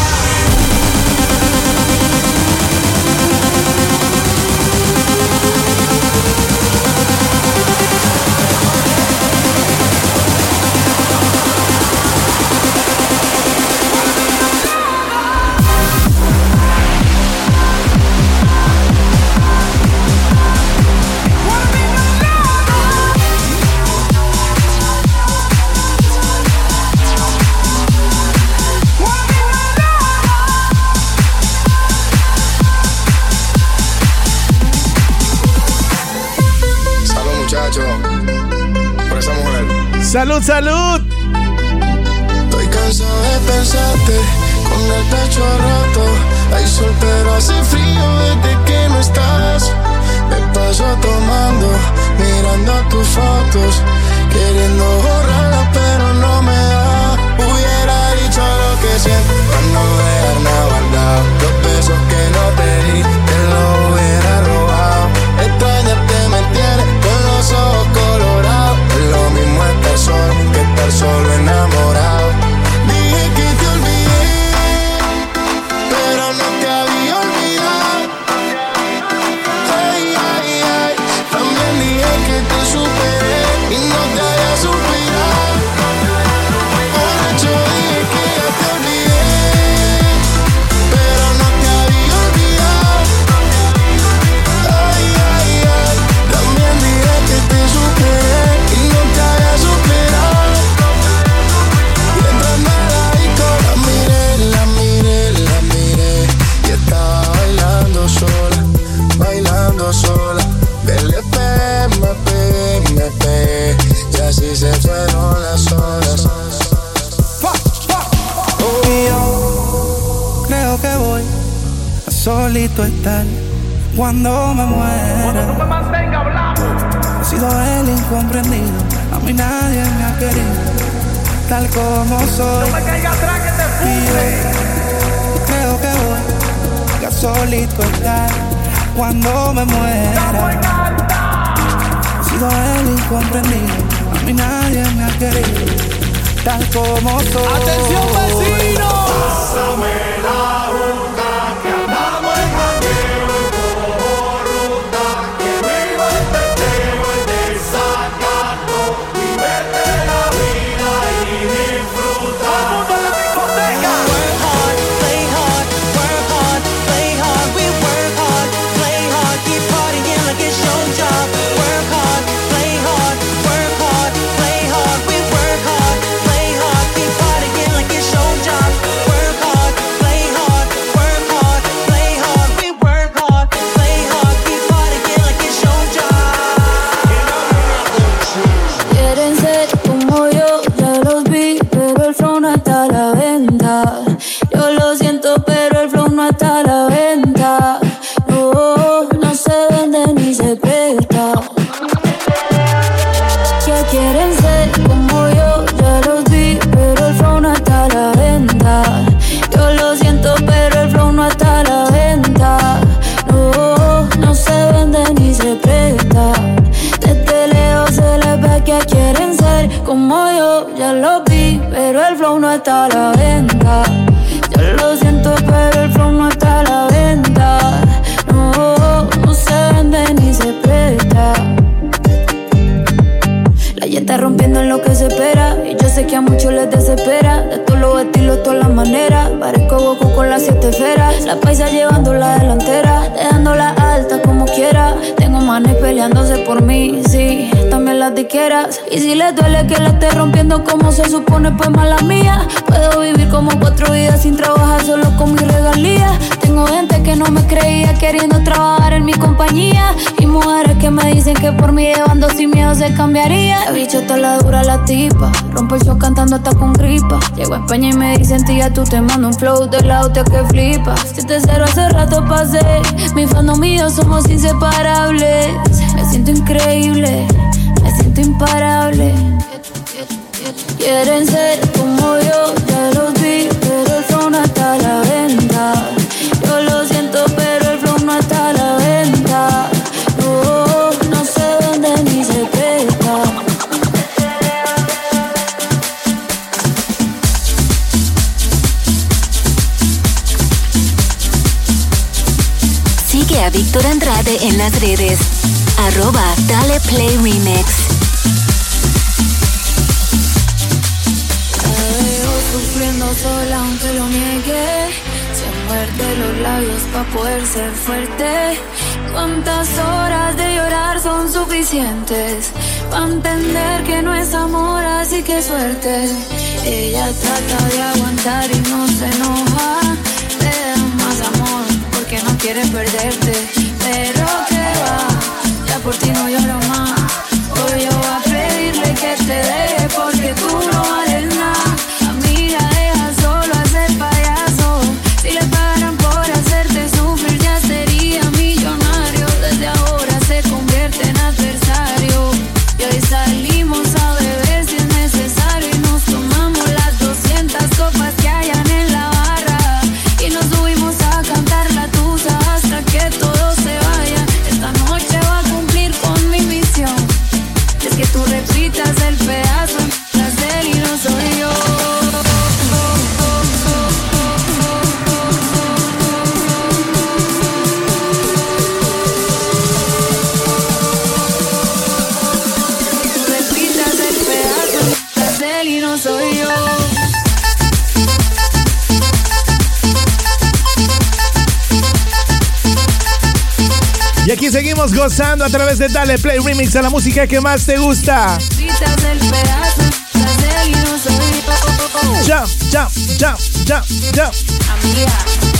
¡Salud, salud! Estoy cansado de pensarte con el pecho roto. Hay sol pero hace frío desde que no estás. Me paso tomando, mirando tus fotos, queriendo borrarlas pero no me da. Hubiera dicho lo que siento para no dejar nada guardado. Los besos que no te di, te los hubiera robado. Extrañarte me tiene con los ojos colorados. Es lo mismo estar solo que estar solo enamorado. Dije que te olvidé, pero no te había olvidado. Ay, ay, ay. También dije que te superé y no te había superado. Borracho dije que ya te olvidé, pero no te había olvidado. Ay, ay, ay. También dije que te superé y no te había superado. Mientras me la disco, la miré, la miré, la miré. Y estaba bailando sola, bailando sola. Del me pegué, y así se fueron las horas. Y yo creo que voy a solito estar cuando me muera. He sido el incomprendido, a mí nadie me ha querido tal como soy. Y yo creo que voy a solito estar cuando me muera. He sido el incomprendido, a mí nadie me ha querido tal como soy. ¡Atención, vecinos! Pásame la ruta que andamos en jangueo y como ruta. Que viva el teteo, el desacato. Vivete la vida y disfruta. ¡Todo el mundo en la discoteca! Work hard, play hard, work hard, play hard. We work hard, play hard, keep partying like it's your job. Work hard, play hard, work hard, play hard. We work hard, play hard, keep partying like it's your job. Work hard, play hard, work hard, play hard. We work hard, play hard, keep partying like it's your job. Quieren ser como yo, ya los vi, pero el flow no está a la venta. Yo lo siento, pero el flow no está a la venta. No, no se vende ni se presta. Que quieren ser como yo, ya los vi, pero el flow no está a la venta. Yo lo siento, pero el flow no está a la venta. No, no se vende ni se presta. Desde lejos se les ve que quieren ser como yo, ya lo vi, pero el flow no está a la venta. Yo lo siento, pero el flow no está a la venta. No, no se vende ni se presta. La ya está rompiendo en lo que se espera, y yo sé que a muchos les desespera. De todos los estilos, todas las maneras, parezco Goku con las 7 esferas. La paisa llevando la delantera, dejándola alta como quiera. Tengo manes peleándose por mí, sí, también las diqueras. Y si les duele que la esté rompiendo como se supone, pues mala mía. Puedo vivir como 4 vidas sin trabajar, solo con mis regalías. Tengo gente que no me creía queriendo trabajar en mi compañía, y mujeres que me dicen que por mí llevando sin miedo se cambiaría. La bicho está la dura la tipa, rompo el show cantando hasta con gripa. Llego a España y me dicen tía, tú te mando un flow de la hostia que flipas. 7-0 hace rato pasé, mi fandom y yo somos inseparables. Me siento increíble, me siento imparable. Quieren ser como yo, ya los vi, pero el flow no está a la venta. Yo lo siento, pero el flow no está a la venta. No, no se vende ni se presta. Sigue a Víctor Andrade en las redes. @Dale Play Remix. La veo sufriendo sola aunque lo niegue. Se muerde los labios pa' poder ser fuerte. ¿Cuántas horas de llorar son suficientes pa' entender que no es amor, así que suerte? Ella trata de aguantar y no se enoja. Le da más amor porque no quiere perderte. Pero que va, ya por ti no lloro más. Hoy yo voy a pedirle que te deje porque tú no vales nada. Amiga, deja solo hacer payaso. Si le pagaran por hacerte sufrir ya sería millonario. Desde ahora se convierte en adversario. Y hoy salimos a beber si es necesario. Y nos tomamos las 200 copas que hayan en la barra. Y nos subimos a cantar la tusa hasta que todo se vaya. Esta noche va a cumplir con mi misión. Es que tú repitas el pedazo tras de él y no soy yo. Tú repitas el pedazo tras de él y no soy yo. Y aquí seguimos gozando a través de Dale Play Remix a la música que más te gusta. Repitas el pedazo tras de él y no soy yo. Jump, jump, jump, jump, jump. Amiga,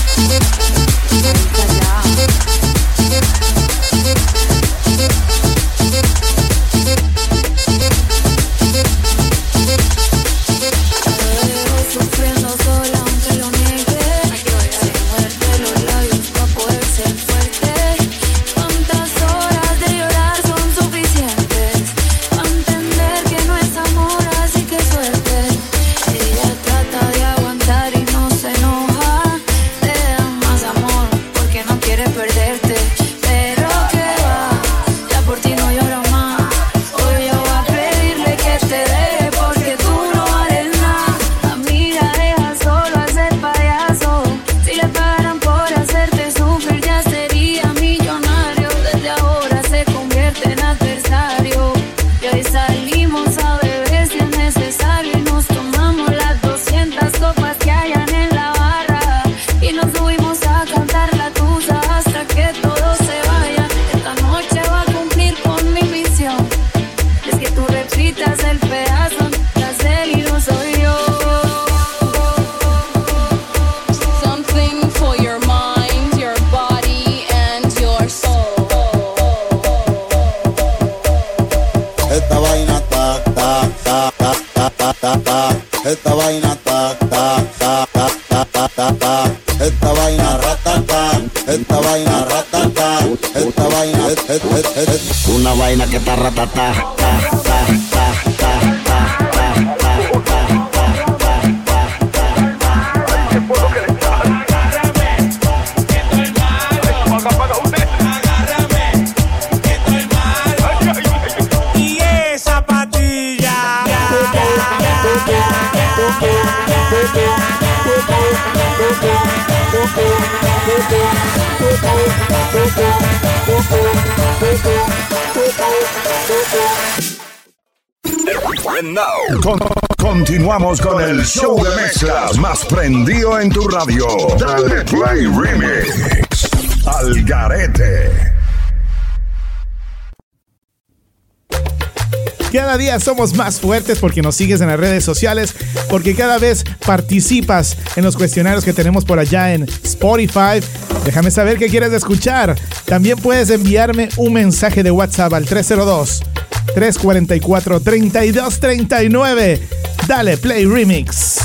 sufriendo sola aunque lo niegue. Se muerde los labios pa' poder ser fuerte. ¿Cuántas horas de llorar son suficientes pa' entender que no es amor, así que suerte? Ella trata de aguantar y no se enoja. Le da más amor porque no quiere perderte. Pero que va, ya por ti no lloro más. Hoy yo voy a pedirle que te deje porque tú no vales nada. Amiga, deja solo hacer payaso. Si le pagaran por hacerte sufrir ya sería millonario. Desde ahora se convierte en adversario. Y hoy salimos a beber si es necesario. Y nos tomamos las 200 copas que hayan en la barra. Y nos subimos a cantar la tusa hasta que todo se vaya. Esta noche va a cumplir con mi misión. Es que tú repitas el pedazo tras de él y no soy yo. Something for your mind, your body, and your soul. Esta vaina ta ta ta ta ta ta ta ta. Esta vaina ta ta ta ta ta ta ta ta. Esta vaina ratata. Esta vaina ratata. Esta vaina una vaina que está ratata. Ta ta ta ta ta ta ta ta. Y esa patilla. Continuamos con el show de mezclas más prendido en tu radio. Dale Play Remix. Al garete. Cada día somos más fuertes porque nos sigues en las redes sociales, porque cada vez participas en los cuestionarios que tenemos por allá en Spotify. Déjame saber qué quieres escuchar. También puedes enviarme un mensaje de WhatsApp al 302-344-3239. Dale Play Remix.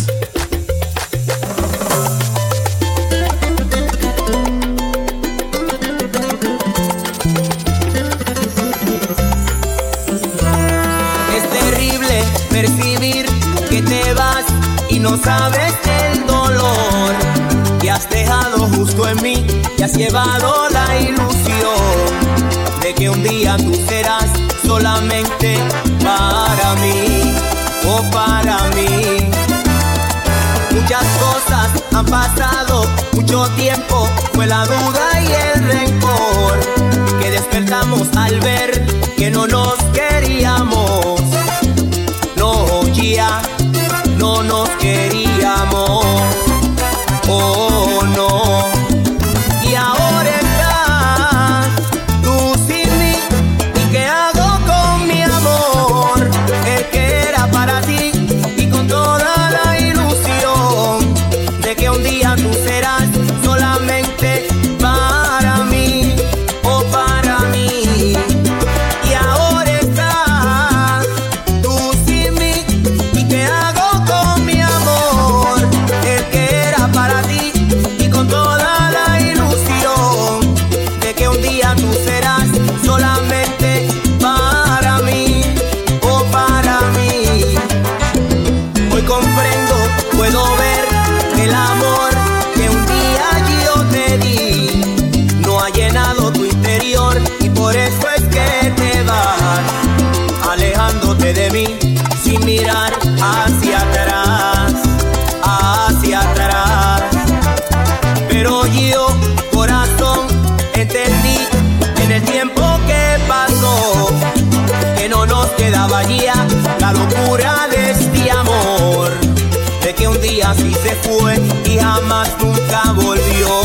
Es terrible percibir que te vas y no sabes el dolor que has dejado justo en mí, que has llevado la ilusión de que un día tú serás solamente para mí, o para mí. Muchas cosas han pasado, mucho tiempo, fue la duda y el rencor que despertamos al ver que no nos queríamos. No, ya no nos queríamos. Oh, no. Y ahora estás tú sin mí. ¿Y qué hago con mi amor? El que era para ti y con toda la ilusión de que un día tú serás solamente para mí, o para mí. Y ahora estás tú sin mí. ¿Y qué hago con mi amor? El que era para ti y con toda la ilusión de que un día tú serás solamente para mí, o para mí. Hoy comprendo, puedo ver que el amor que un día yo te di no ha llenado tu interior, y por eso es que te vas alejándote de mí sin mirar hacia atrás, hacia atrás. Pero yo, corazón, entendí en el tiempo que pasó que no nos quedaba ya la locura de este amor, de que un día sí se fue y jamás nunca volvió.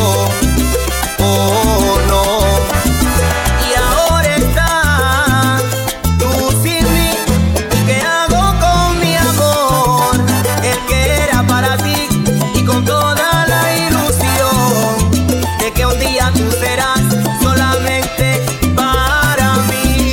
Oh, no. Y ahora estás tú sin mí. ¿Y qué hago con mi amor? El que era para ti y con toda la ilusión de que un día tú serás solamente para mí.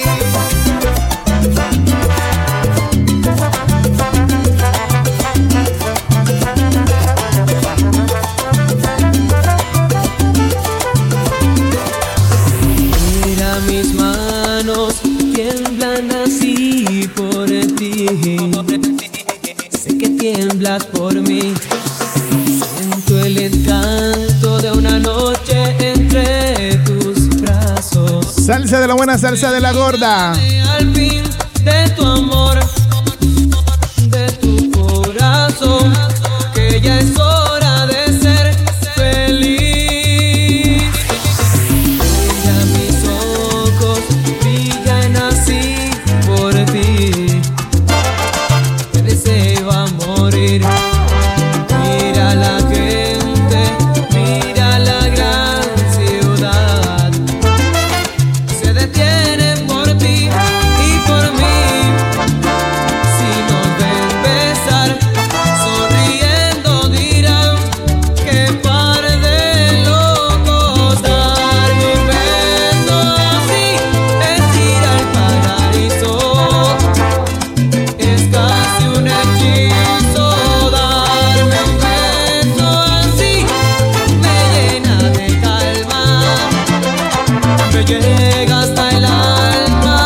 Mira mis manos, tiemblan así por ti. Sé que tiemblas por mí. Siento el encanto de una noche entre tus brazos. Salsa de la buena, salsa de la gorda. Al fin de tu amor, de tu corazón, que ya es hora de ser feliz. Mira mis ojos, brillan así por ti. Te deseo a morir. Mira la gente, mira la gran ciudad. Se detienen por ti y por mí. Si nos ven besar, sonriendo dirán que par de locos. Darme un beso así es ir al paraíso. Es casi un hechizo. Darme un beso así me llena de calma, me llega hasta el alma.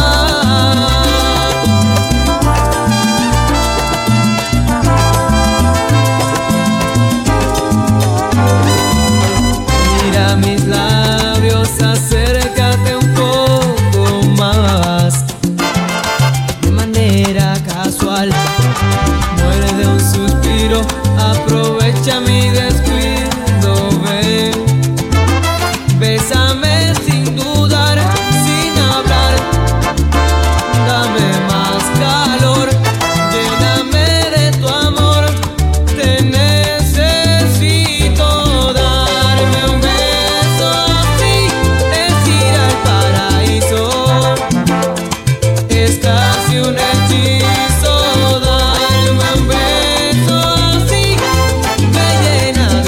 Mira mis labios, acércate un poco más. De manera casual, muerde un suspiro, aprovecha mi descuido, ven. Bésame sin dudar, sin hablar. Dame más calor, lléname de tu amor. Te necesito. Darme un beso así es ir al paraíso. Es casi un hechizo. Darme un beso así me llena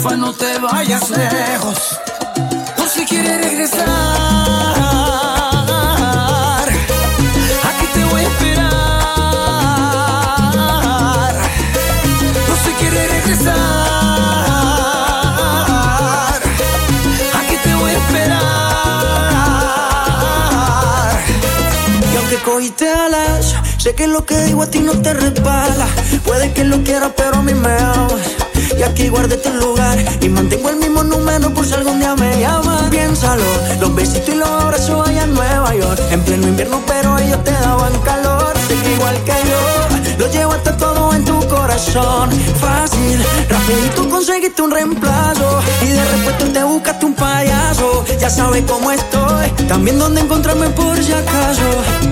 porfa no te vayas lejos. Por si quieres regresar, aquí te voy a esperar. Por si quieres regresar, aquí te voy a esperar. Y aunque cogiste alas, sé que lo que digo a ti no te resbala. Puede que lo quieras, pero a mí me amas. Y aquí guardé tu lugar y mantengo el mismo número por si algún día me llaman. Piénsalo, los besitos y los abrazos allá en Nueva York. En pleno invierno, pero ellos te daban calor. Sé que igual que yo, lo llevaste todo en tu corazón. Fácil, rapidito conseguiste un reemplazo. Y de repente te buscaste un payaso. Ya sabes cómo estoy, también dónde encontrarme por si acaso.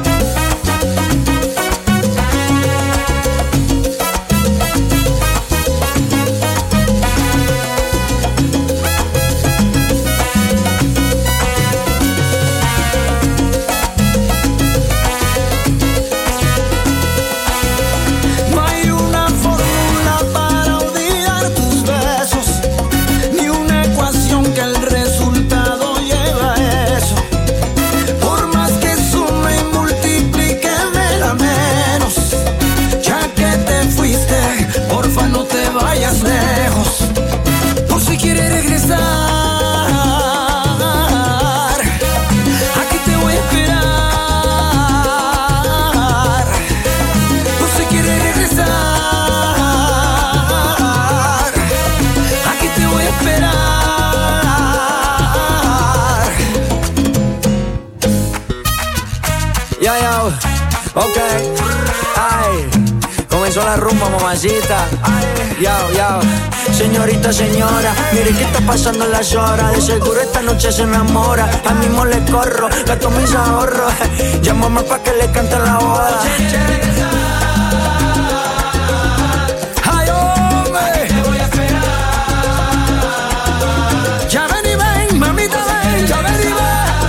Ok, ay, comenzó la rumba, mamacita. Yo, señorita, señora, mire qué está pasando en las horas. De seguro esta noche se enamora. Al mismo le corro, gasto mis ahorros. Llámame pa' que le cante la boda. Ay, hombre, te voy a esperar. Ya ven y ven, mamita, ven, ya ven y ven.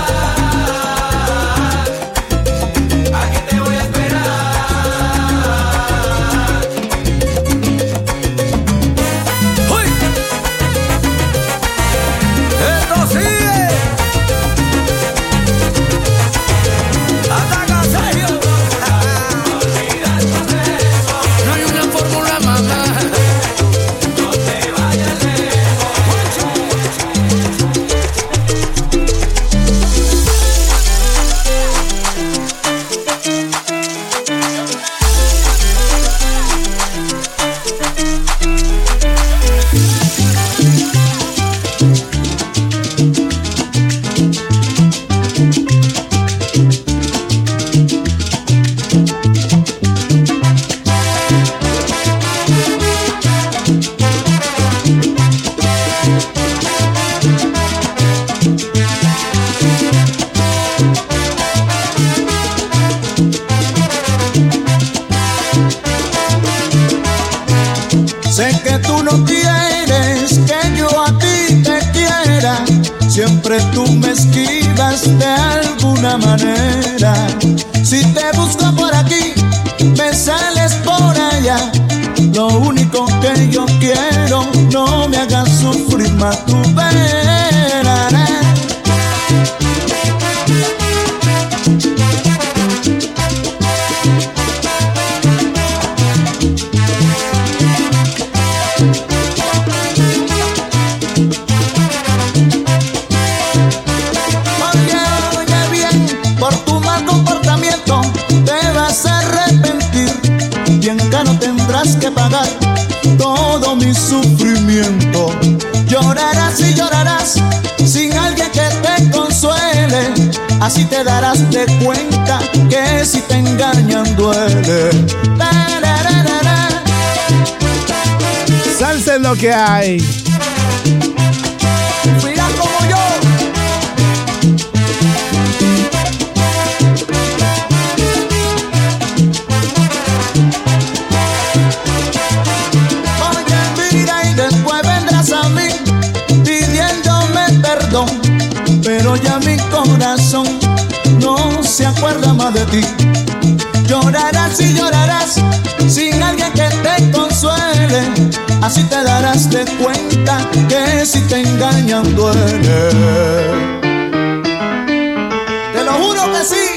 Siempre tú me esquivas de alguna manera. Si te busco por aquí, me sales por allá. Lo único que yo quiero, no me hagas sufrir más tu pena. Que pagar todo mi sufrimiento. Llorarás y llorarás sin alguien que te consuele. Así te darás de cuenta que si te engañan duele. Salsa es lo que hay. Mira como yo. Pero ya mi corazón no se acuerda más de ti. Llorarás y llorarás sin alguien que te consuele. entregue, así te darás de cuenta que si te engañan duele. Te lo juro que sí.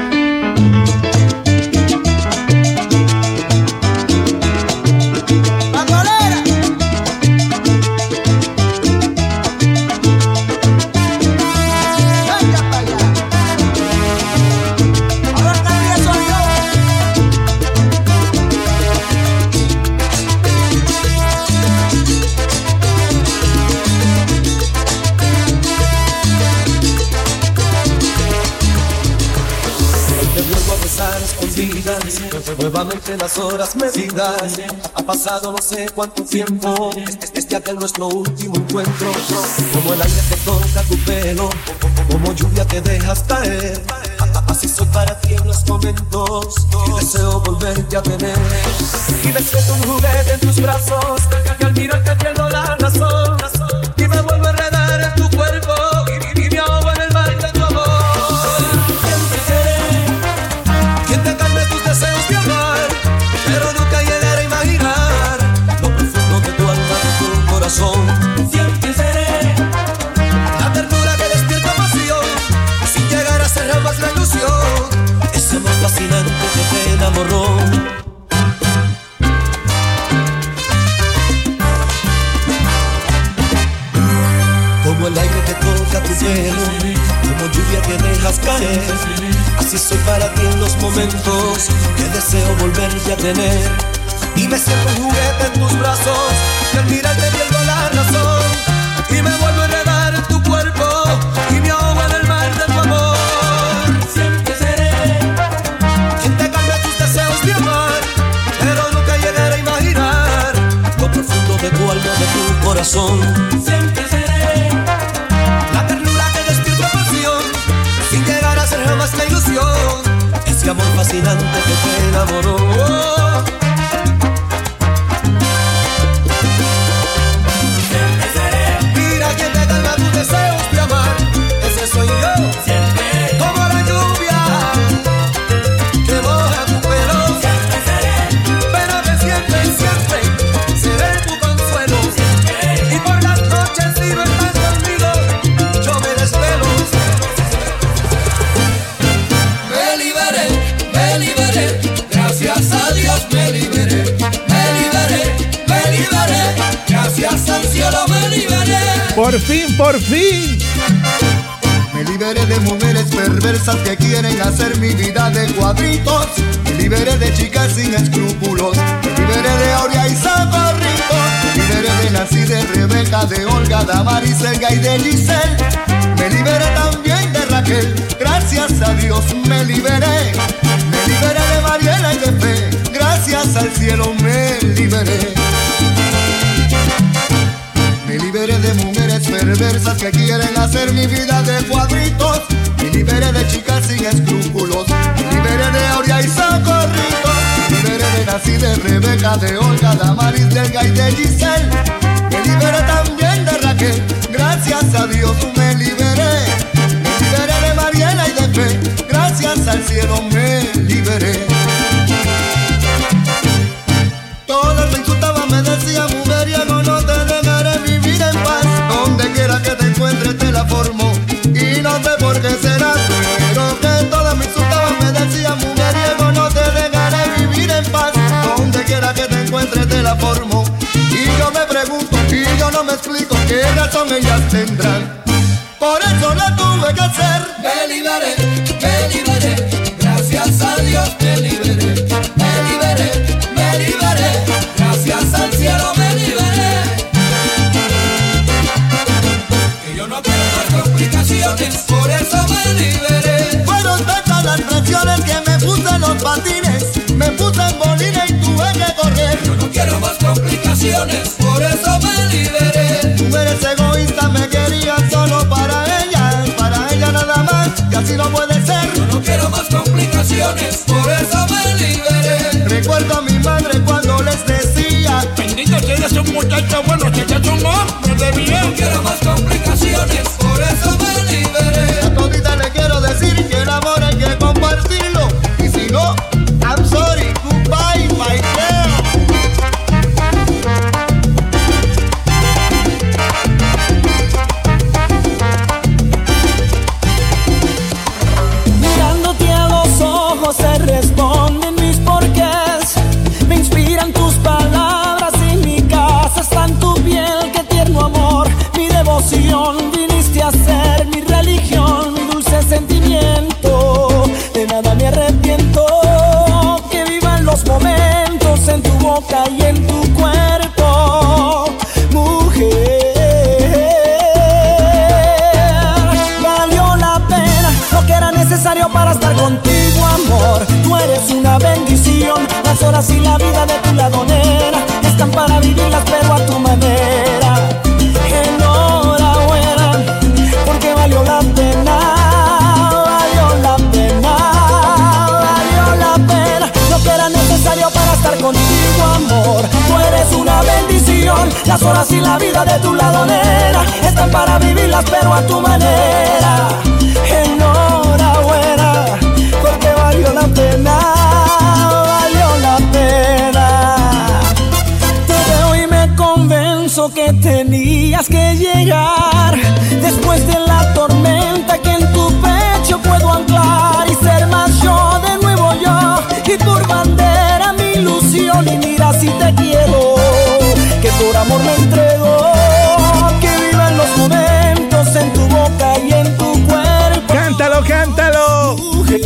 Nuevamente las horas medidas. Ha pasado no sé cuánto tiempo desde aquel nuestro último encuentro. Como el aire que toca tu pelo, como lluvia que dejas caer. Así soy para ti en los momentos que deseo volverte a tener. Y me siento un juguete en tus brazos, que al mirarte pierdo la razón. Y me vuelvo a enredar en tu cuerpo y me ahogo en el mar de tu amor. Siempre seré quien te calme tus deseos de amar, pero nunca llegaré a imaginar lo profundo de tu alma, de tu corazón. Siempre seré la ternura que despierta pasión, sin llegar a ser jamás la ilusión. Ese amor fascinante que te enamoró. Como el aire que toca tu pelo, como lluvia que dejas caer. Así soy para ti en los momentos que deseo volverte a tener. Y me siento un juguete en tus brazos, que al mirarte pierdo la razón. Y me vuelvo a enredar en tu cuerpo y me ahogo en el mar de tu amor. Siempre seré quien te calme tus deseos de amar, pero nunca llegaré a imaginar lo profundo de tu alma, de tu corazón. Siempre seré la ternura que despierta pasión, sin llegar a ser jamás la ilusión. Ese amor fascinante que te enamoró. Siempre seré. Mira quien te calma tus deseos de amar. Ese soy yo. Siempre. Como la lluvia que moja tu pelo. Siempre seré. Pero que siempre, siempre seré tu consuelo. Siempre. Y por las noches si no estás conmigo, yo me desvelo. Me liberé, gracias a Dios me liberé. Me liberé, gracias al cielo me liberé. Por fin. Me liberé de mujeres perversas que quieren hacer mi vida de cuadritos. Me liberé de chicas sin escrúpulos. Me liberé de Aurea y Socorrito. Me liberé de Nancy, de Rebeca, de Olga, Damaris, Elga y de Giselle. Me liberé también de Raquel, gracias a Dios me liberé. Me liberé de Mariela y de Fe, gracias al cielo me liberé. Me liberé de mujeres perversas que quieren hacer mi vida de cuadritos. Me liberé de chicas sin escrúpulos. Me liberé de Aurea y Socorrito. Me liberé de Nancy, de Rebeca, de Olga, Damaris, de Elga y de Giselle. Me liberé también de Raquel, gracias a Dios me liberé. Me liberé de Mariela y de Fe, gracias al cielo me liberé. Todas me insultaban, me decían mujeriego, no te dejaré vivir en paz. Donde quiera que te encuentres te la formo, y no sé por qué será, pero que todas me insultaban, me decían mujeriego, no te dejaré vivir en paz. Donde quiera que te encuentres te la formo, y yo me pregunto, y yo no me explico qué razón ellas tendrán. Por eso la tuve que hacer. Me liberé, gracias a Dios me liberé. Me liberé, gracias al cielo me liberé. Que yo no quiero más complicaciones, por eso me liberé. Fueron tantas las presiones que me puse en los patines, me puse en bolina y tuve que correr. Yo no quiero más complicaciones, por eso me liberé. Mujeres egoístas me querían solo para ella nada más, y así no puede ser. Yo no quiero más complicaciones, por eso me liberé. Recuerdo a mi madre cuando les decía: bendito, si eres un muchacho bueno, si eres un hombre de bien. No quiero más complicaciones, por eso me liberé. A todita le quiero decir que el amor hay que compartirlo, y si no, I'm sorry, goodbye, my girl. Las horas y la vida de tu ladonera están para vivirlas pero a tu manera. Enhorabuena, porque valió la pena, valió la pena, valió la pena. Lo que era necesario para estar contigo, amor, tú eres una bendición. Las horas y la vida de tu ladonera están para vivirlas pero a tu manera. Enhorabuena, porque valió la pena, valió la pena. Te veo y me convenzo que tenías que llegar después de la tormenta, que en tu pecho puedo anclar y ser más yo, de nuevo yo, y por bandera mi ilusión. Y mira si te quiero, que por amor me entrego, que vivan los momentos en tu boca y en tu cuerpo. Cántalo, cántalo.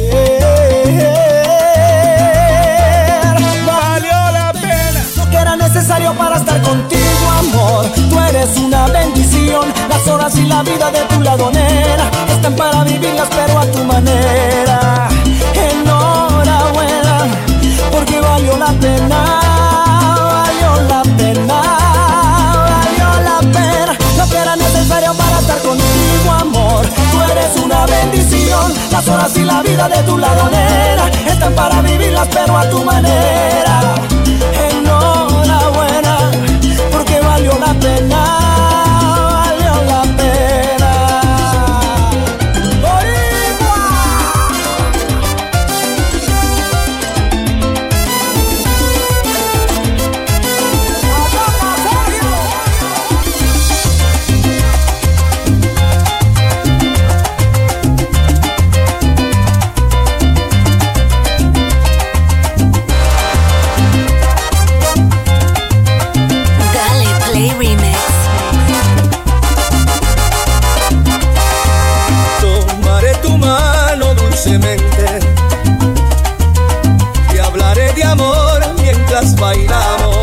Valió la pena. Lo que era necesario para estar contigo, amor, tú eres una bendición. Las horas y la vida de tu ladonera están para vivirlas pero a tu manera. Enhorabuena, porque valió la pena, valió la pena, valió la pena. Lo que era necesario para estar contigo, amor, tú eres una bendición. Las horas y la vida de tu ladonera están para vivirlas pero a tu manera. Enhorabuena, porque valió la pena, valió la pena. ¡Boricua! Dale Play Remix. Tomaré tu mano dulcemente y hablaré de amor mientras bailamos.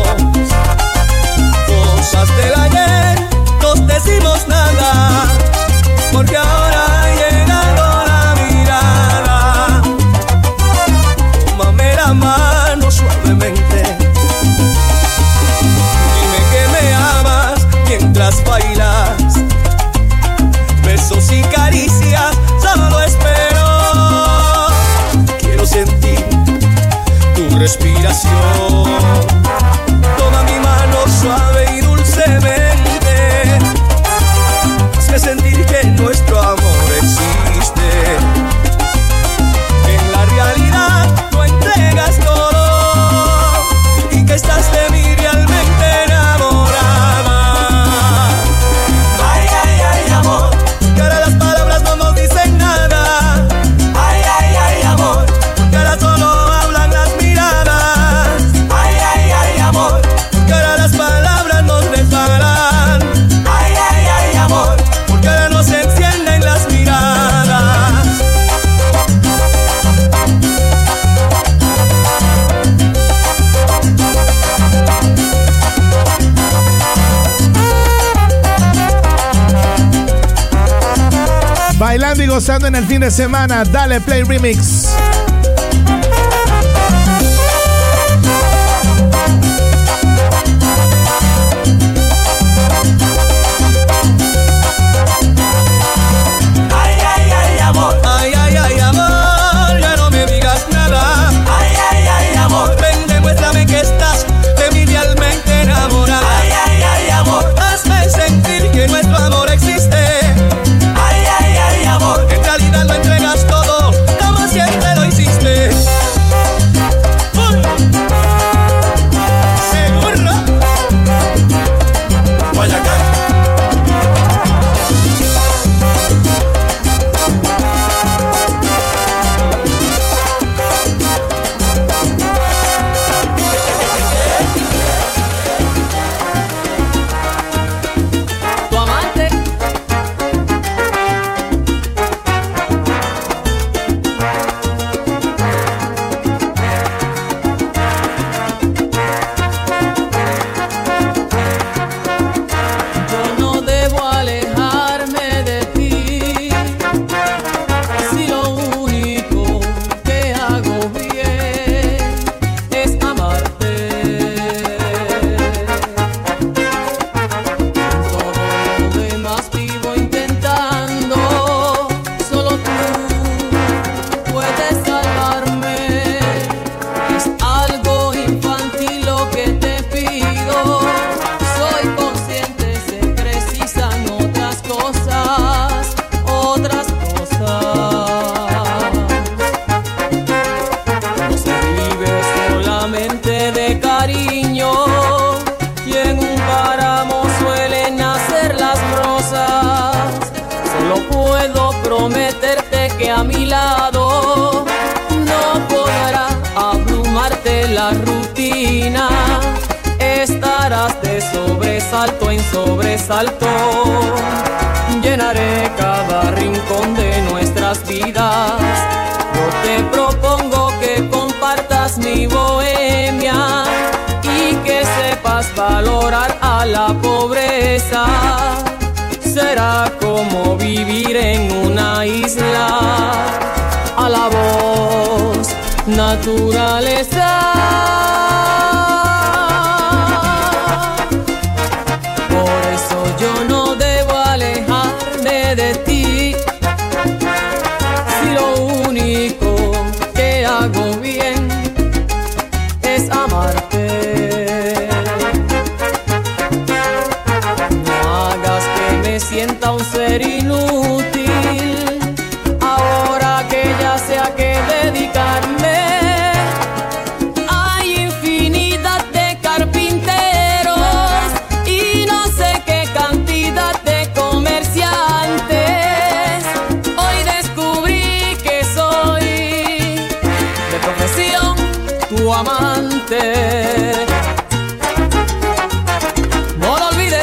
Cosas del ayer nos decimos nada, porque ahora ha llegado la mirada. Tómame la mano suavemente, dime que me amas mientras bailas. Besos y caricias solo espero. Quiero sentir tu respiración. Toma mi mano suave y dulcemente. Hazme sentir que nuestro amor existe. En la realidad tú entregas todo y que estás de mí realmente enamorada. Ay, ay, ay, amor, que ahora las palabras no nos dicen nada. Ay, ay, ay, amor, que ahora solo hablan las miradas. Ay, ay, ay, amor, que ahora las palabras nos resbalan. Ay, ay, ay, amor, porque ahora nos encienden las miradas. Bailando y gozando en el fin de semana. Dale Play Remix. Ay, ay, ay, amor. Ay, ay, ay, amor. Ya no me digas nada. Ay, ay, ay, amor. Ven, demuéstrame que estás de mí realmente enamorada. Ay, ay, ay, amor. Hazme sentir que nuestro amor existe. Ay, ay, ay, amor. En realidad lo entregas todo, como siempre lo hiciste. la rutina, estarás de sobresalto en sobresalto. Llenaré cada rincón de nuestras vidas. Yo te propongo que compartas mi bohemia y que sepas valorar a la pobreza. Será como vivir en una isla, a la voz naturaleza. Por eso yo no debo alejarme de ti, si lo único que hago bien es amarte. No hagas que me sienta un ser inútil, ahora que ya sé a qué dedicarme. Hay infinidad de carpinteros y no sé qué cantidad de comerciantes. Hoy descubrí que soy de profesión tu amante. No lo olvides.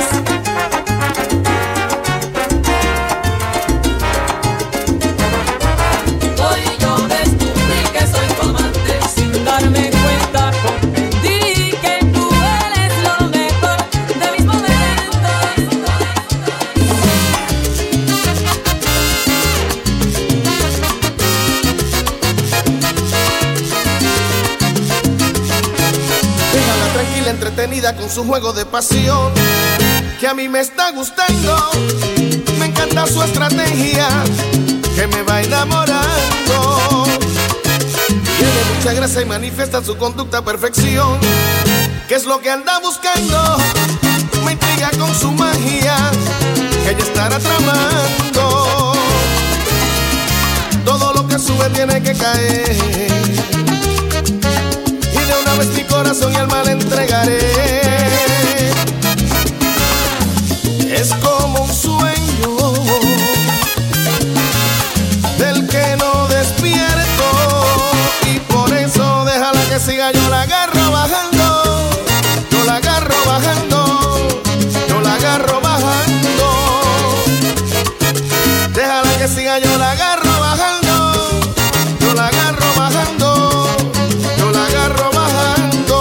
Hoy yo descubrí que soy tu amante. Sin darme cuenta comprendí que tú eres lo mejor de mis momentos. Déjala tranquila, entretenida con su juego de pasión, que a mí me está gustando. Me encanta su estrategia, que me va enamorando. Tiene mucha gracia y manifiesta su conducta a perfección. ¿Qué es lo que anda buscando? Me intriga con su magia, que ella estará tramando. Todo lo que sube tiene que caer, y de una vez mi corazón y alma le entregaré. Es como un sueño del que no despierto, y por eso déjala que siga. Yo la agarro bajando, yo la agarro bajando, yo la agarro bajando. Déjala que siga, yo la agarro bajando, yo la agarro bajando, yo la agarro bajando.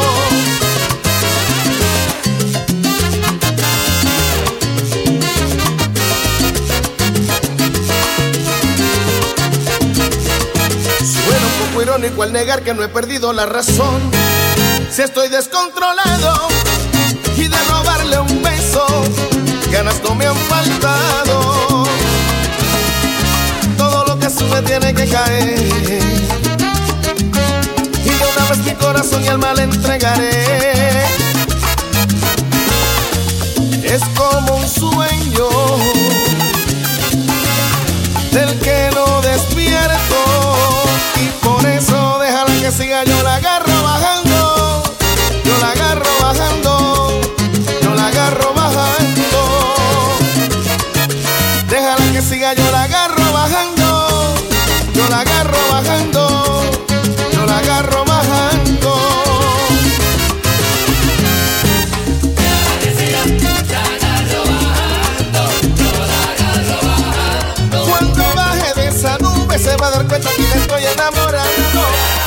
Suena un poco irónico al negar que no he perdido la razón. Si estoy descontrolado y de robarle un beso, ganas no me han faltado. Todo lo que sube tiene que caer, y de una vez mi corazón y alma le entregaré. Es como un sueño del que no despierto, y por eso déjala que siga. Yo la agarro bajando, yo la agarro bajando, yo la agarro bajando. Déjala que siga, yo la agarro bajando, yo la agarro bajando, yo la agarro bajando. Cuando baje de esa nube se va a dar cuenta que me estoy enamorando.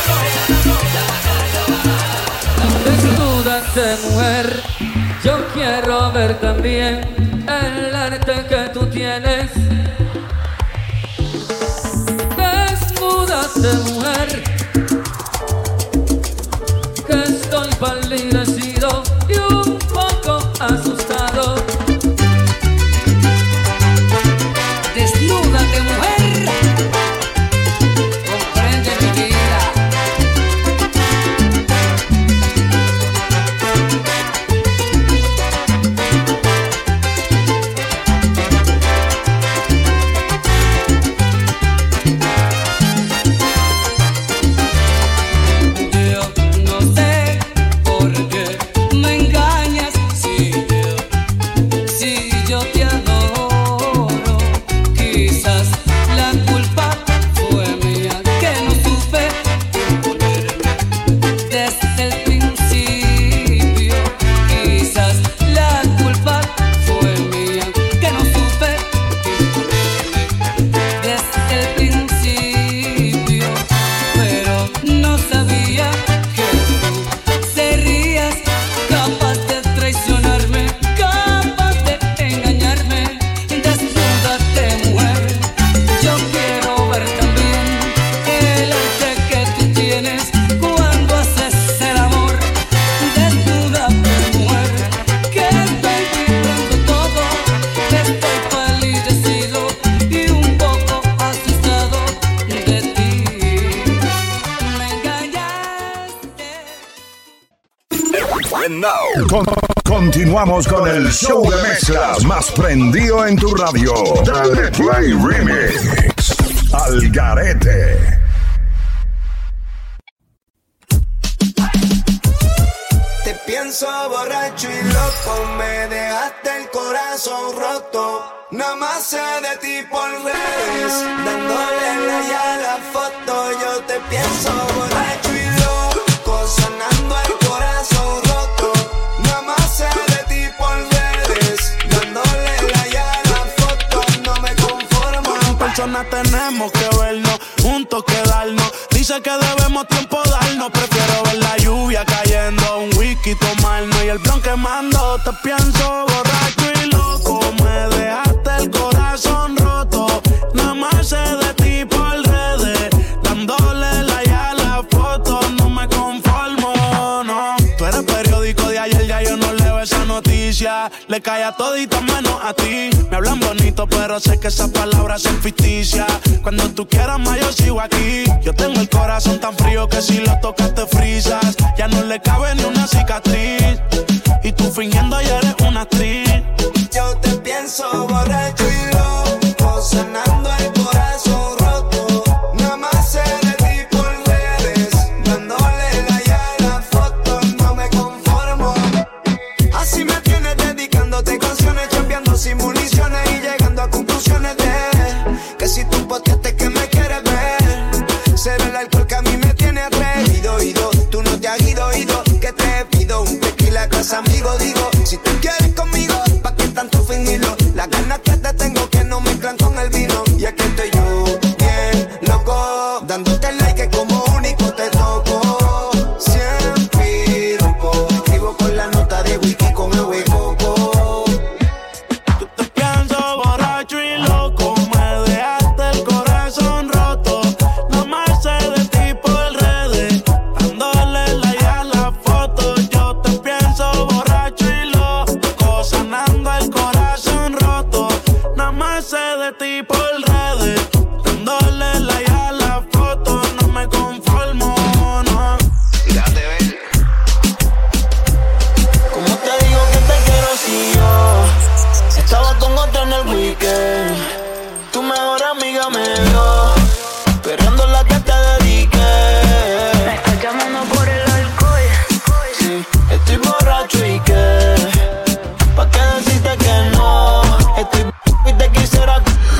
Desnúdate, mujer, yo quiero ver también el arte que tú tienes. Desnúdate, mujer, que estoy palidecido y un poco asustado. Desnúdate, mujer, comprende mi vida. tienes cuando haces el amor. Desnuda tu mujer, que estoy vibrando todo. Estoy palidecido y un poco asustado de ti. Me engañaste. Continuamos con el show de mezclas más prendido en tu radio. Dale Play Remix. Al garete. Te pienso borracho y loco, me dejaste el corazón roto. Nada más sé de ti por redes, dándole like a la foto. Yo te pienso borracho y loco, sonando el corazón roto. Nada más sé de ti por redes, dándole like a la foto. No me conformo. En persona tenemos que vernos, juntos quedarnos. Dice que debemos tiempo darnos. Prefiero ver la lluvia cayendo, un whisky tomarnos y el blon quemando. Te pienso borracho y loco, me dejaste el corazón roto. Nada más sé de ti por redes, dándole like a la foto. No me conformo, no. Tú eres periódico de ayer, ya yo no leo esa noticia. Le cae a todita menos a ti. Me hablan bonito, pero sé que esas palabras son ficticias. Cuando tú quieras más, yo sigo aquí. Yo tengo el corazón tan frío que si lo tocas te frisas. Ya no le cabe ni una cicatriz. Y tú fingiendo ya eres una actriz. Yo te pienso borracho y loco, sanando el corazón roto. Nada más sé de ti por redes, dándole like a la foto. No me conformo. Así me tienes dedicándote canciones, chambeando sin municiones y llegando a conclusiones de que si tú posteaste que me quieres ver, será el alcohol que a mí me tiene atrevido. Tú no te has ido, que te pido un tequila clase amigo. Digo, si tú quieres conmigo, ¿pa' qué tanto fingirlo? Las ganas que te tengo que no mezclan con el vino. Y aquí estoy yo, bien loco, dándote like como único te toco. Siempre loco, escribo con la nota de whisky con el huecoco. Tú te pienso borracho y loco, me dejaste el corazón roto. Nada más sé de ti por redes, dándole like a la foto. Yo te pienso borracho y loco, sanando el corazón roto. Nada más sé de ti por redes, dándole like a la foto. No me conformo, no. Déjate ver. ¿Cómo te digo que te quiero si yo estaba con otra en el weekend? Tu mejor amiga me vio perreando la que te dediqué. Me estás llamando por el alcohol. Sí, estoy borracho y qué, pa' qué decirte que no. Estoy y te quisiera.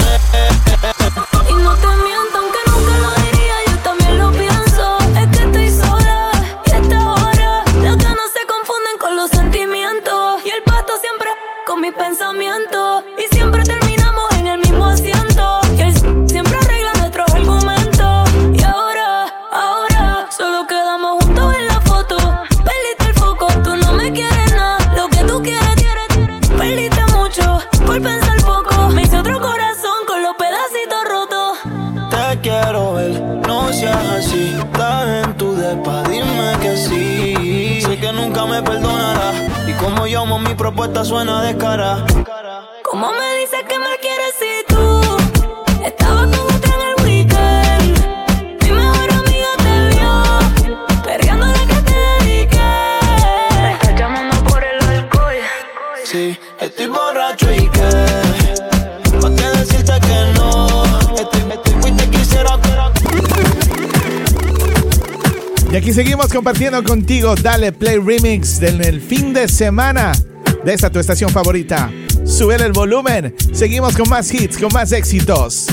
Y no te miento aunque nunca lo diría, yo también lo pienso. Es que estoy sola y a esta hora las ganas se confunden con los sentimientos. Y el pasto siempre con mis pensamientos. Y siempre terminamos en el mismo asiento. Y él siempre arregla nuestros argumentos. Y ahora solo quedamos juntos en la foto. Perdiste el foco, tú no me quieres nada. Lo que tú quieres, perdiste mucho por pensar poco. Me hice otro corazón con los pedacitos rotos. Te quiero ver, no seas así. Estás en tu depa, dime que sí. Sé que nunca me perdonarás. Y como yo amo, mi propuesta suena descarada. ¿Cómo me dices que me quieres si tú estabas con otra en el weekend? Mi mejor amiga te vio perreando la que te dediqué. Me estás llamando por el alcohol. Sí, estoy borracho y qué, pa' qué decirte que no. Estoy y te quisiera. Y aquí seguimos compartiendo contigo Dale Play Remix del fin de semana de esta tu estación favorita. Sube el volumen. Seguimos con más hits, con más éxitos.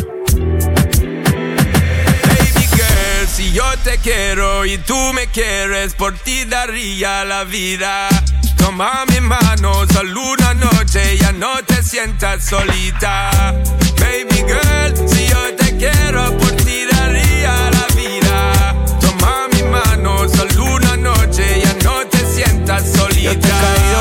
Baby girl, si yo te quiero y tú me quieres, por ti daría la vida. Toma mi mano, solo una noche, ya no te sientas solita. Baby girl, si yo te quiero, por ti daría la vida. Toma mi mano, solo una noche, ya no te sientas solita. Yo te he caído varias veces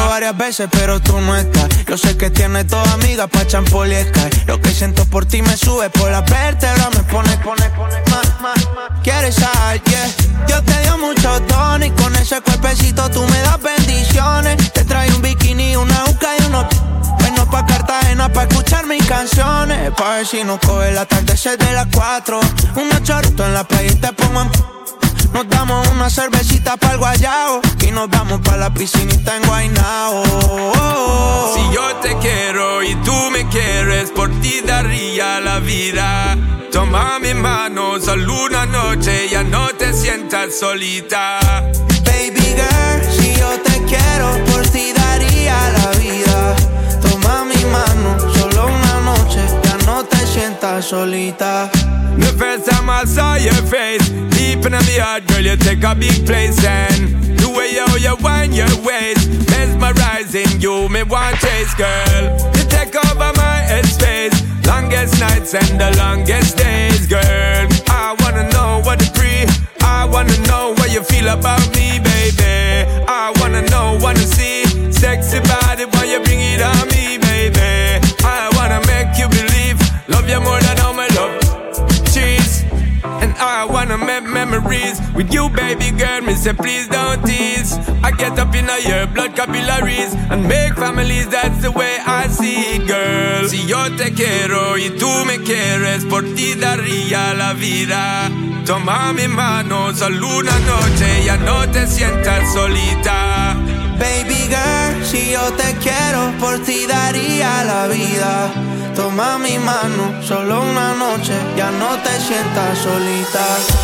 veces, pero tú no estás. Yo sé que tienes dos amigas pa' champol y Sky. Lo que siento por ti me sube por la vértebra, me pone quieres saber, yeah. Dios te dio mucho tono y con ese cuerpecito tú me das bendiciones. Te trae un bikini, una uca y unos bueno pa' Cartagena pa' escuchar mis canciones. Pa' ver si nos coge el atardecer de las 4. Unos chorritos en la playa y te pongo en... Nos damos una cervecita pa'l guayao y nos vamos pa' la piscinita en Guaynao. Si yo te quiero y tú me quieres, por ti daría la vida. Toma mi mano, solo una noche, ya no te sientas solita. Baby girl, si yo te quiero, por ti daría la vida. Toma mi mano, solo una noche, ya no te sientas solita. The first time I saw your face, deep in my heart, girl, you take a big place. And the way you wind your waist, mesmerizing you, me want chase, girl. You take over my headspace, longest nights and the longest days, girl. I wanna know what to breathe, I wanna know what you feel about me, baby. I wanna know, wanna see, sexy body when you bring it on me, baby. I wanna make you believe, love you more than all my love. And I wanna make memories with you, baby girl. Me say please don't tease. I get up in your blood capillaries and make families. That's the way I see it, girl. Si yo te quiero y tú me quieres, por ti daría la vida. Toma mi mano, solo una noche, ya no te sientas solita. Baby girl, si yo te quiero, por ti daría la vida. Toma mi mano, solo una noche, ya no te sientas solita.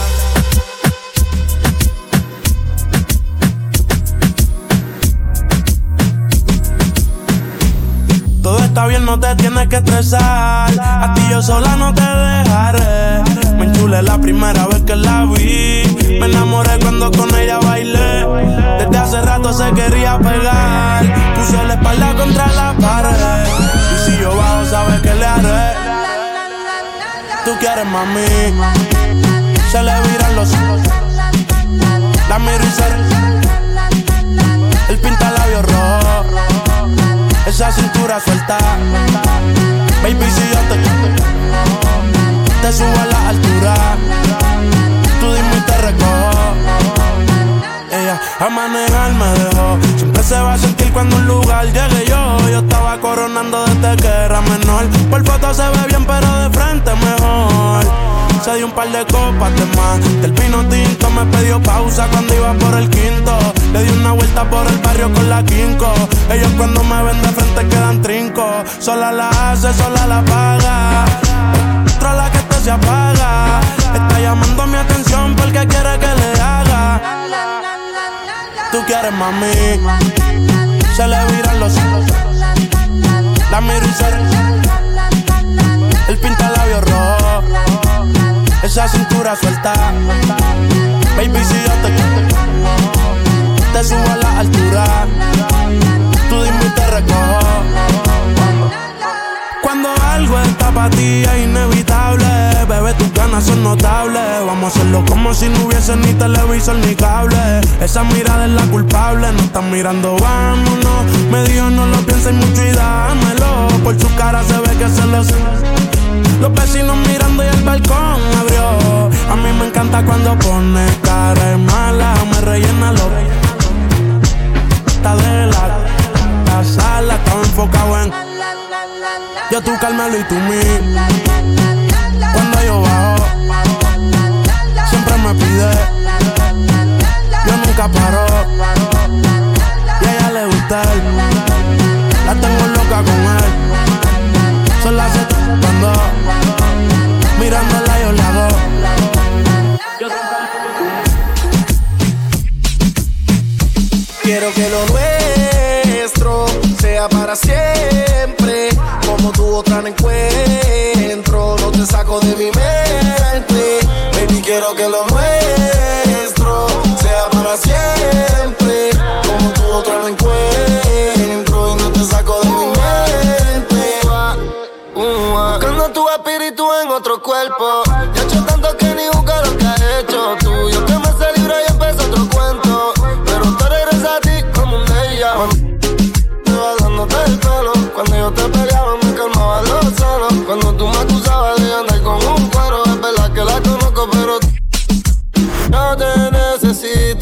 Todo está bien, no te tienes que estresar. A ti yo sola no te dejaré. Me enchulé la primera vez que la vi. Me enamoré cuando con ella bailé. Desde hace rato se quería pegar. Puse la espalda contra la pared. Y si yo bajo, sabes que le haré. Tú quieres, mami. Se le viran los ojos. La miro y se... El pinta labios rojo. Esa cintura suelta. Baby, si yo te subo a la altura, tú dime y te recojo. Ella a manejar me dejó. Siempre se va a sentir cuando un lugar llegue yo. Yo estaba coronando desde que era menor. Por foto se ve bien, pero de frente mejor. Se dio un par de copas de más. Del vino tinto me pidió pausa cuando iba por el quinto. Le di una vuelta por el barrio con la quinco. Ellos cuando me ven de frente quedan trinco. Sola la hace, sola la paga. Otra la que se apaga. Está llamando mi atención porque quiere que le haga. Tú quieres, mami. Se le viran los ojos. La miro y se... El pinta labios rojo. Esa cintura suelta. Baby, si yo te subo a la altura, tú dime y te recojo. Cuando algo está para ti es inevitable, bebé, tus ganas son notables. Vamos a hacerlo como si no hubiese ni televisor ni cable. Esa mirada es la culpable, no están mirando, vámonos. Me dijo no lo pienses mucho y dámelo. Por su cara se ve que se lo sé. Los vecinos mirando y el balcón abrió. A mí me encanta cuando pone cara mala. Me rellena lo está de la sala. Estaba enfocado en yo, tú, Carmelo y tú, mí. Cuando yo bajo siempre me pide. Yo nunca paro. Y a ella le gusta él. La tengo loca con él. Son las 7 cuando mirándola yo la hago. Quiero que lo nuestro sea para siempre. Como tú otra no encuentro. No te saco de mi mente. Baby, quiero que lo nuestro sea para siempre. Como tú otra no encuentro. Y no te saco de mi mente. Buscando tu espíritu en otro cuerpo. Ya he hecho tanto que ni busca lo que has hecho tú. Yo te me se libra y empieza otro cuento. Pero te regresa a ti como un déjà.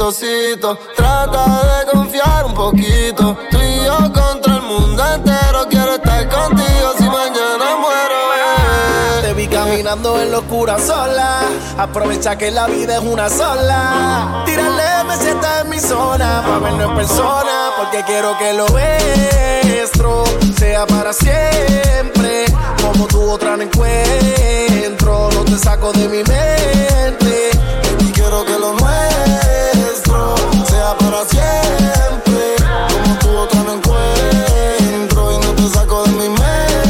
chistosito. Trata de confiar un poquito. Tú y yo contra el mundo entero. Quiero estar contigo si mañana muero. Te vi caminando en locura sola. Aprovecha que la vida es una sola. Tírale, me sienta en mi zona pa' vernos en persona, porque quiero que lo nuestro sea para siempre. Como tú otra no encuentro. No te saco de mi mente. Y quiero que lo nuestro sea para siempre. Como tú otra no encuentro. Y no te saco de mi mente.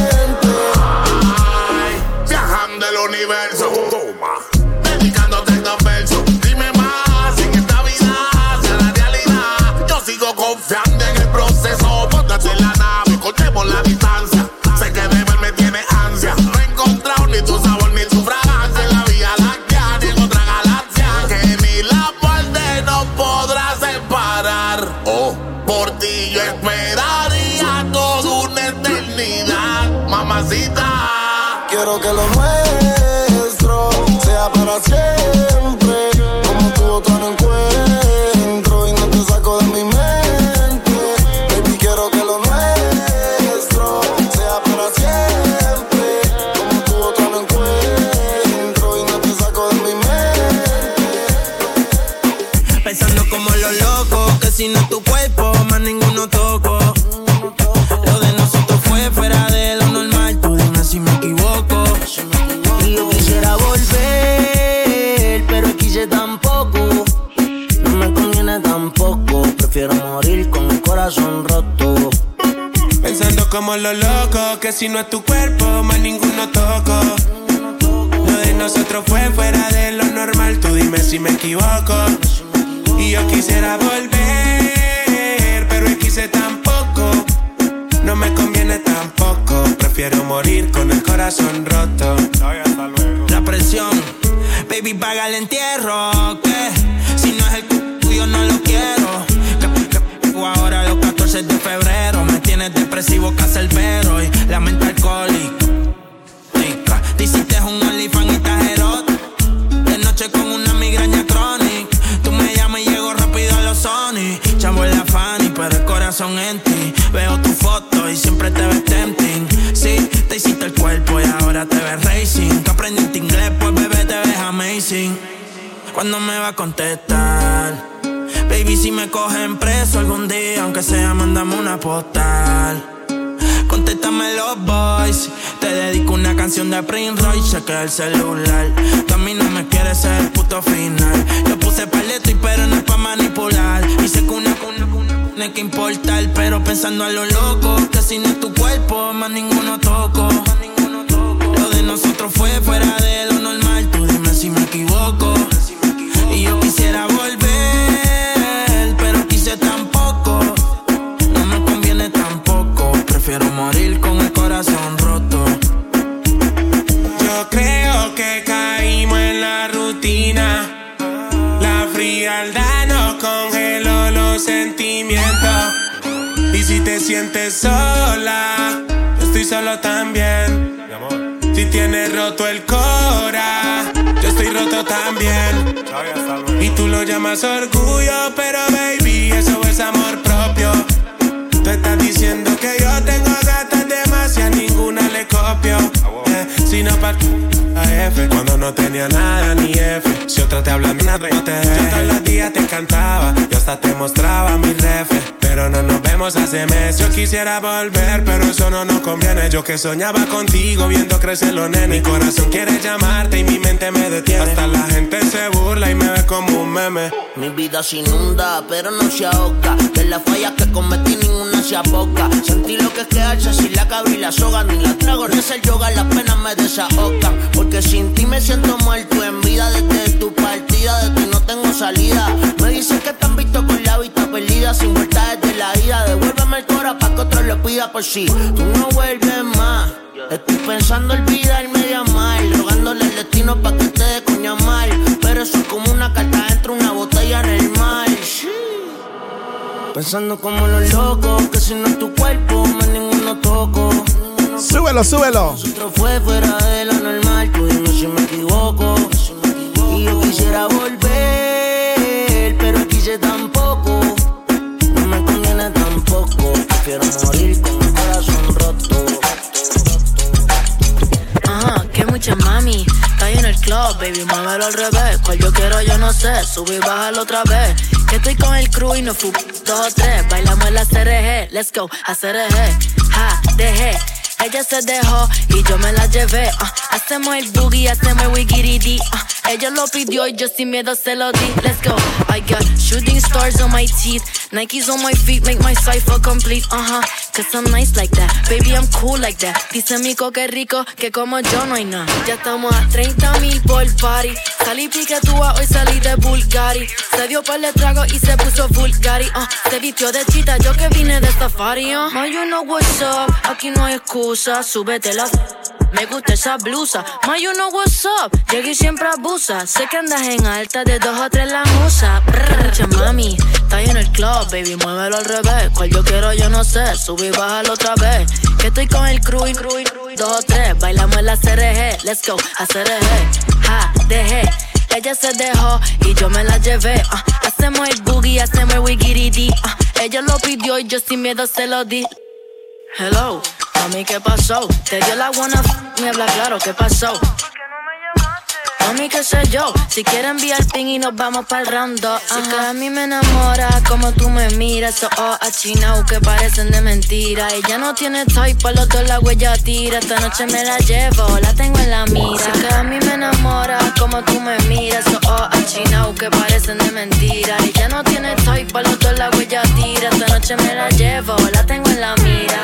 Viajando el universo, toma, dedicándote estos versos. Dime más, en esta vida sea la realidad. Yo sigo confiando en el proceso. Póntate en la nave, cortemos la distancia. Sé que de ver me tiene ansia. No he encontrado ni tu sabor ni tu fragancia en la Vía Láctea ni en otra galaxia. Que ni la muerte nos podrá separar. Oh, por ti yo esperaría toda una eternidad, mamacita. Quiero que lo nuestro sea para siempre. Como tú otra no encuentro. Y no te saco de mi mente. Baby, quiero que lo nuestro sea para siempre. Como tú otra no encuentro. Y no te saco de mi mente. Pensando como los locos, que si no es tu cuerpo, más ninguno toco. Lo de nosotros fue fuera de lo normal, tú dime si me equivoco. Y yo quisiera volver, pero quise tampoco. No me conviene tampoco, prefiero morir con el corazón roto. Pensando como los locos, que si no es tu cuerpo, más ninguno toco. Lo de nosotros fue fuera de lo normal, tú dime si me equivoco. Y yo quisiera volver, pero quise tampoco. No me conviene tampoco, prefiero morir con el corazón roto. La presión, baby, paga el entierro, que si no es el tuyo no lo quiero. Que ahora los 14 de febrero me tienes depresivo, cacerbero y la mente alcohólica. Te hiciste un OnlyFans y estás erótica. De noche con una migraña crónica. Tú me llamas y llego rápido a los Sony. Chavo en la Fanny, pero el corazón en ti. Veo tu foto y siempre te ves tempting. Sí, te hiciste el cuerpo y ahora te ves racing. Que aprendiste inglés, pues bebé te ves amazing. ¿Cuándo me va a contestar? Baby, si me cogen preso algún día, aunque sea, mándame una postal. Contéstame los boys. Te dedico una canción de Prince Royce, chequea el celular. Tú a mí no me quieres ser el puto final. Yo puse paleto y pero no es pa' manipular. Y sé que una tiene que importar, pero pensando a lo loco, que si no es tu cuerpo, más ninguno toco. Lo de nosotros fue fuera de lo normal, tú dime si me equivoco. Y yo quisiera volver, pero quise tampoco. No me conviene tampoco, prefiero morir con el corazón roto. Yo creo que caímos en la rutina. La frialdad nos congeló los sentimientos. Y si te sientes sola, yo estoy solo también. Si tienes roto el cora, yo estoy roto también. Y tú lo llamas orgullo, pero baby, eso es amor propio. Tú estás diciendo que yo tengo gatas demasiadas, ninguna le copio. Si no parto a F, cuando no tenía nada ni F. Si otra te habla, nada no te deje. Yo todos los días te cantaba, yo hasta te mostraba mi refe. Pero no nos vemos hace meses. Yo quisiera volver, pero eso no nos conviene. Yo que soñaba contigo, viendo crecer los nenes. Mi corazón quiere llamarte y mi mente me detiene. Hasta la gente se burla y me ve como un meme. Mi vida se inunda, pero no se ahoga. De las fallas que cometí, ninguna se aboca. Sentí lo que es quedarse sin la cabra y la soga. Ni la trago, ni es el yoga, las penas me desahogan. Porque sin ti me siento muerto en vida. Desde tu partida, de ti no tengo salida. Me dicen que te han visto con la vista perdida, sin vuelta desde la ida. Devuélveme el cora pa' que otro le pida por si tú no vuelves más. Estoy pensando olvidarme de amar, rogándole el destino pa' que te dé coña mal. Pero eso es como una carta dentro de una botella en el mar. Pensando como los locos, que si no es tu cuerpo, más ninguno toco. Súbelo, súbelo. Nosotros fue fuera de lo normal, tú dime si me equivoco. Y yo quisiera volver, pero quise dice tampoco. No me conviene tampoco. Prefiero morir con un corazón roto. Ajá, que mucha mami. Está ahí en el club, baby, muévelo al revés. Cual yo quiero, yo no sé. Sube y bájalo otra vez. Que estoy con el crew y no fui 2 o 3. Bailamos en la CRG, let's go, a CRG. Ja, dejé. Ella se dejó y yo me la llevé. Hacemos el boogie, hacemos el wigiridi. Ella lo pidió y yo sin miedo se lo di. Let's go. I got shooting stars on my teeth, Nikes on my feet, make my cipher complete. Cause I'm nice like that, baby, I'm cool like that. Dice Mico que rico, que como yo no hay nada. Ya estamos a 30,000 por party. Salí piquetúa, hoy salí de Bulgari. Se dio par de trago y se puso Bulgari. Se vistió de chita, yo que vine de safari. Ma, you know what's up, aquí no hay excusa. Súbete la... Me gusta esa blusa, ma, you know what's up. Llegué y siempre abusa. Sé que andas en alta, de 2 o 3 la musa. Mucha mami, está ahí en el club, baby, muévelo al revés. Cual yo quiero, yo no sé, sube y bájalo otra vez. Que estoy con el crew, 2 o 3, bailamos en la CRG, let's go, a CRG. Ja, dejé. Ella se dejó y yo me la llevé. Hacemos el boogie, hacemos el wigiridi. Ella lo pidió y yo sin miedo se lo di. Hello, mami, ¿qué pasó? Te dio la wanna me habla claro, ¿qué pasó? Mami, qué sé yo, si quieres enviar ping y nos vamos pa'l round 2. Que a mí me enamora como tú me miras. Esos ojos achinados que parecen de mentira. Ella no tiene type, por los 2 la huella tira. Esta noche me la llevo, la tengo en la mira. Que a mí me enamora como tú me miras. Esos ojos achinados que parecen de mentira. Ella no tiene type, por los 2 la huella tira. Esta noche me la llevo, la tengo en la mira.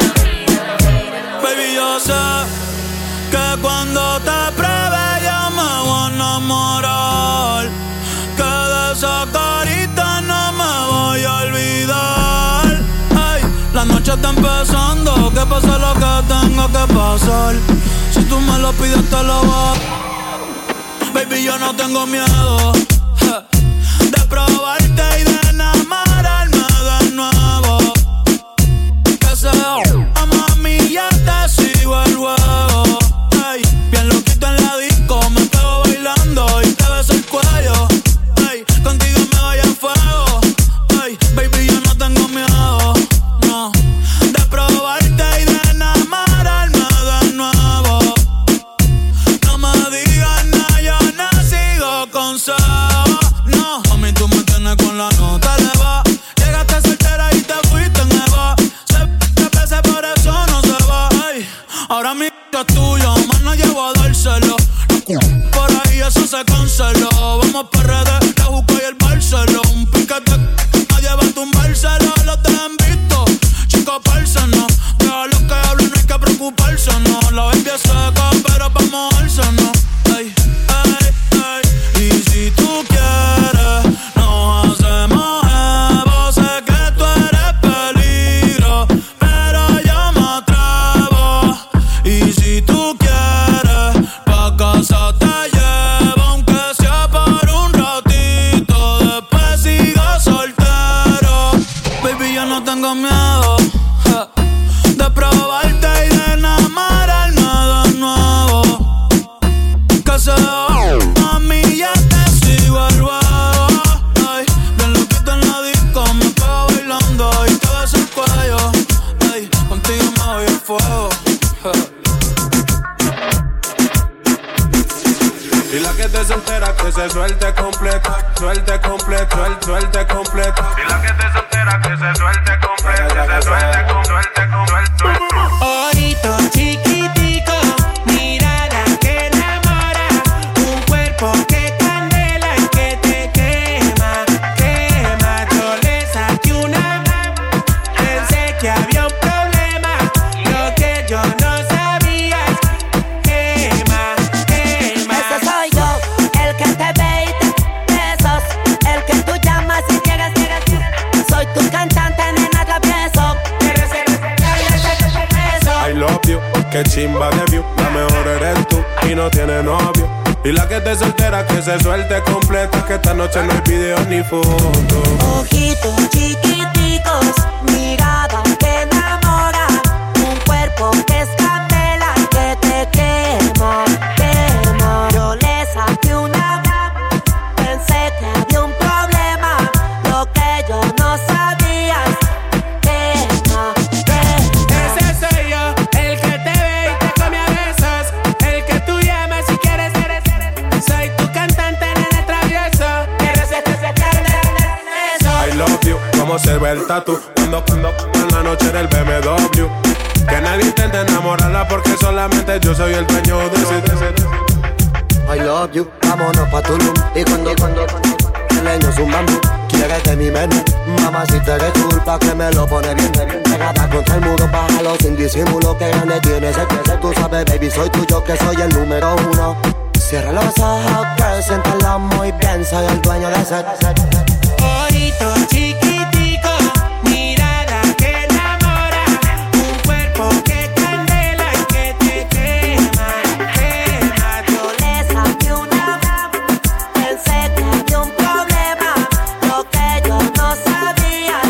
Baby, yo sé que cuando te pruebe yo me voy a enamorar. Que de esa carita no me voy a olvidar. Ay, la noche está empezando, que pase lo que tenga que pasar. Si tú me lo pides te lo voy a... Baby, yo no tengo miedo de probarte y de enamorarme de nuevo. Que sea, mami, ya te sigo el juego. Ay, bien loquito en la disco, me pego bailando y te beso el cuello. Ay, contigo me voy a fuego. Ay, baby, yo no tengo miedo, no, de probarte y de enamorarme de nuevo. No me digas nada, yo no sigo consejos, no. Mami, tú me tienes con la nota elevada. Llegaste soltera y te fuiste en Eva. Se por eso no se va. Ay, ahora mi es tuyo, más no llevo a dárselo. Por ahí eso se canceló. Vamos pa' redes, la Juca y el Barceló. Un piquete, nadie va a tumbárselo. Los te han visto, chicos, no. Deja lo que hablen, no hay que preocuparse, no. La baby es seca, pero pa' mojarse, no. Ay, ay, ay. Y si tú quieres, nos hacemos evo. Sé que tú eres peligro, pero yo me atrevo. Y si tú quieres, pa' casa te llevo. Aunque sea por un ratito, después sigo soltero. Baby, yo no tengo miedo de probarte y de enamorarme de nuevo. Que sea, mami, ya te sigo el juego. Ay, bien loquito en la disco, me pego bailando y te beso el cuello. Ay, contigo me voy al fuego. Y la que te soltera que se suelte completo, suelte completo, suelte completo. Y la que te soltera que se suelte completo, se suelte completo. Ojito chiquitico, mirada que enamora, un cuerpo que candela y que te quema, quema. Yo le saqué una, pensé que había un problema, lo que yo no sabía es quema, quema. Ese soy yo, el que te ve y te besos, el que tú llamas y llegas. Soy tu cantante, nena, travieso. I love you, que chimba de view. La mejor eres tú y no tiene novio. Y la que te soltera que se suelte completa, que esta noche no hay video ni foto. Ojitos chiquiticos, mirada que enamora, un cuerpo que es candela que te quema, quema. Yo le saqué una, pensé que había un problema, lo que se ve el tatu. Cuando en la noche era el BMW. Que nadie intente enamorarla porque solamente yo soy el dueño de ese. I love you, vámonos pa' Tulum. Y cuando el leño es un bambú, quieres de mi menú. Mamá, si te eres culpa que me lo pone bien. Pegada contra el muro, bájalo sin disimulo. Que grande tienes el que tú sabes, baby, soy tuyo, que soy el número 1. Cierra los ojos, que siéntalo muy bien. Soy el dueño de ese. Ojito chiquitico, mirada que enamora, un cuerpo que candela y que te quema. Yo le saqué una brava, pensé que había un problema, lo que yo no sabía.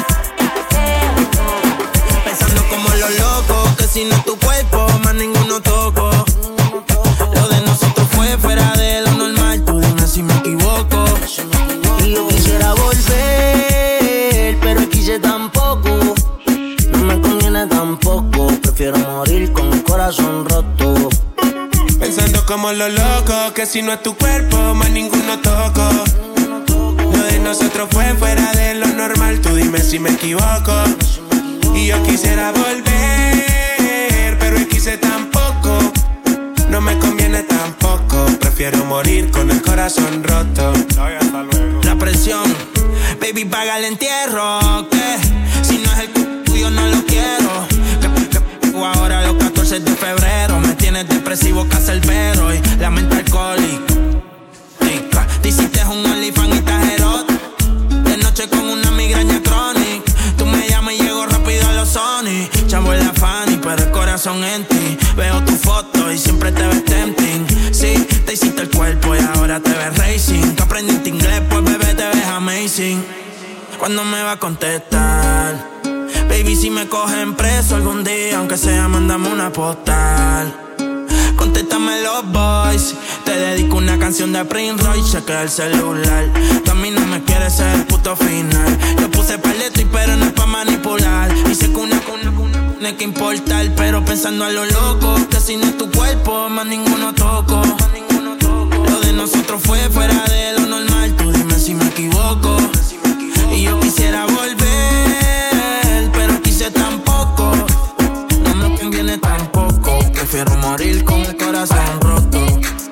Pensando como los locos, que si no es tu cuerpo, más ninguno toco. Lo de nosotros fue fuera de lo normal, tú dime si me equivoco. Y yo quisiera volver, pero quise tampoco. No me conviene tampoco, prefiero morir con el corazón roto. Pensando como los locos, que si no es tu cuerpo, más ninguno toco. Lo de nosotros fue fuera de lo normal, tú dime si me equivoco. Y yo quisiera volver, pero quise tampoco. No me conviene tampoco, prefiero morir con el corazón roto. La presión, baby, paga el entierro. Que si no es el tuyo no lo quiero. Que ahora los 14 de febrero me tienes depresivo, cancerbero y la mente alcohólica. Te hiciste un OnlyFans y estás erótica. De noche con una migraña crónica. Tú me llamas y llego rápido a los Sony. Chavo en la Fanny, pero el corazón en ti. Veo tu foto y siempre te ves tempting. Sí, te hiciste el cuerpo y ahora te ves racing. Tú aprendiste inglés, pues bebé te ves amazing. ¿Cuándo me va a contestar? Baby, si me cogen preso algún día, aunque sea, mándame una postal. Contéstame los boys. Te dedico una canción de Prince Royce, chequea el celular. Tú a mí no me quieres ser el puto final. Yo puse paleto y pero no es pa' manipular. Hice cuna hay que importar, pero pensando a lo loco. Que si no es tu cuerpo, más ninguno toco. Lo de nosotros fue fuera de lo normal, tú dime si me equivoco. Y yo quisiera volver, pero quise tampoco. No me conviene tampoco, prefiero morir con el corazón roto.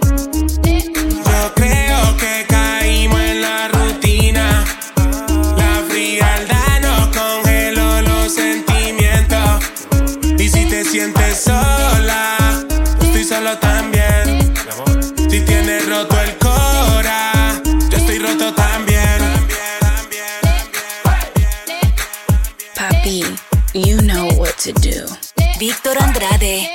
Yo creo que caímos en la rutina. La frialdad nos congeló los sentimientos. Y si te sientes sola, estoy solo también. Si tienes roto el cora, yo estoy roto también. Papi, you know what to do. Víctor Andrade.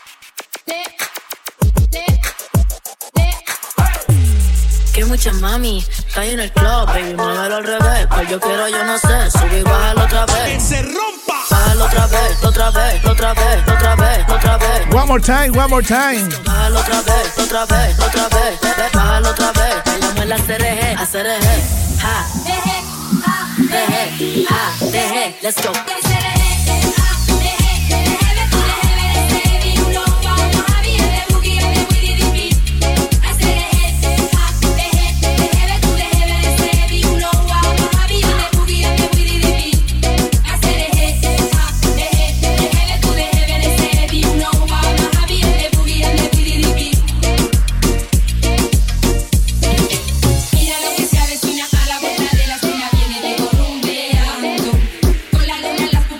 Que mucha mami, cae en el club, baby, muévelo al revés. Cual yo quiero, yo no sé, sube y bájalo otra vez. ¡Que se rompa! Bájalo otra vez, otra vez, otra vez, otra vez, otra vez. One more time, one more time. Bájalo otra vez, otra vez, otra vez, bájalo otra vez. Bailamos en la CRG, a CRG, ja, deje, ja, deje, let's go. Mira lo que se avecina a la vuelta de la esquina, viene de rumbeando. Con la luna en las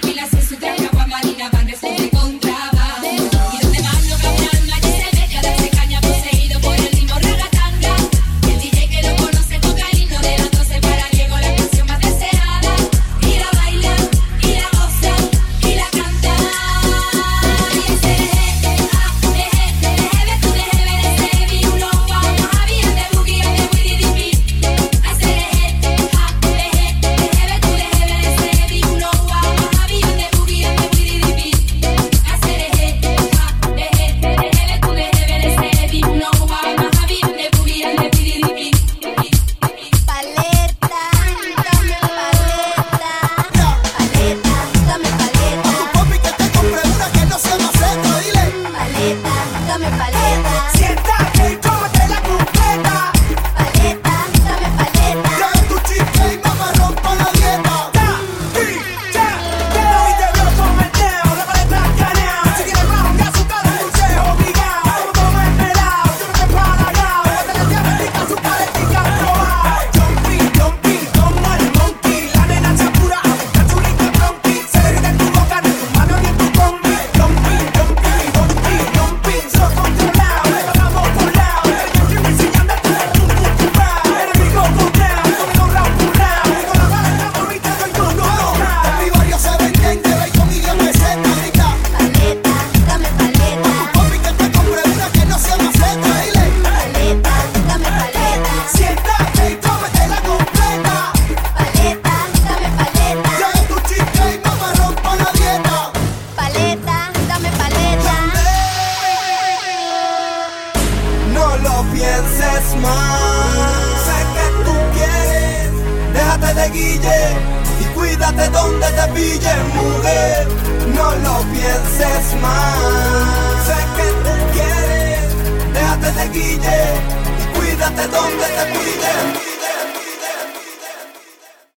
más. Sé que tú quieres, déjate de guille y cuídate donde te pille, mujer. No lo pienses más. Sé que tú quieres, déjate de guille y cuídate donde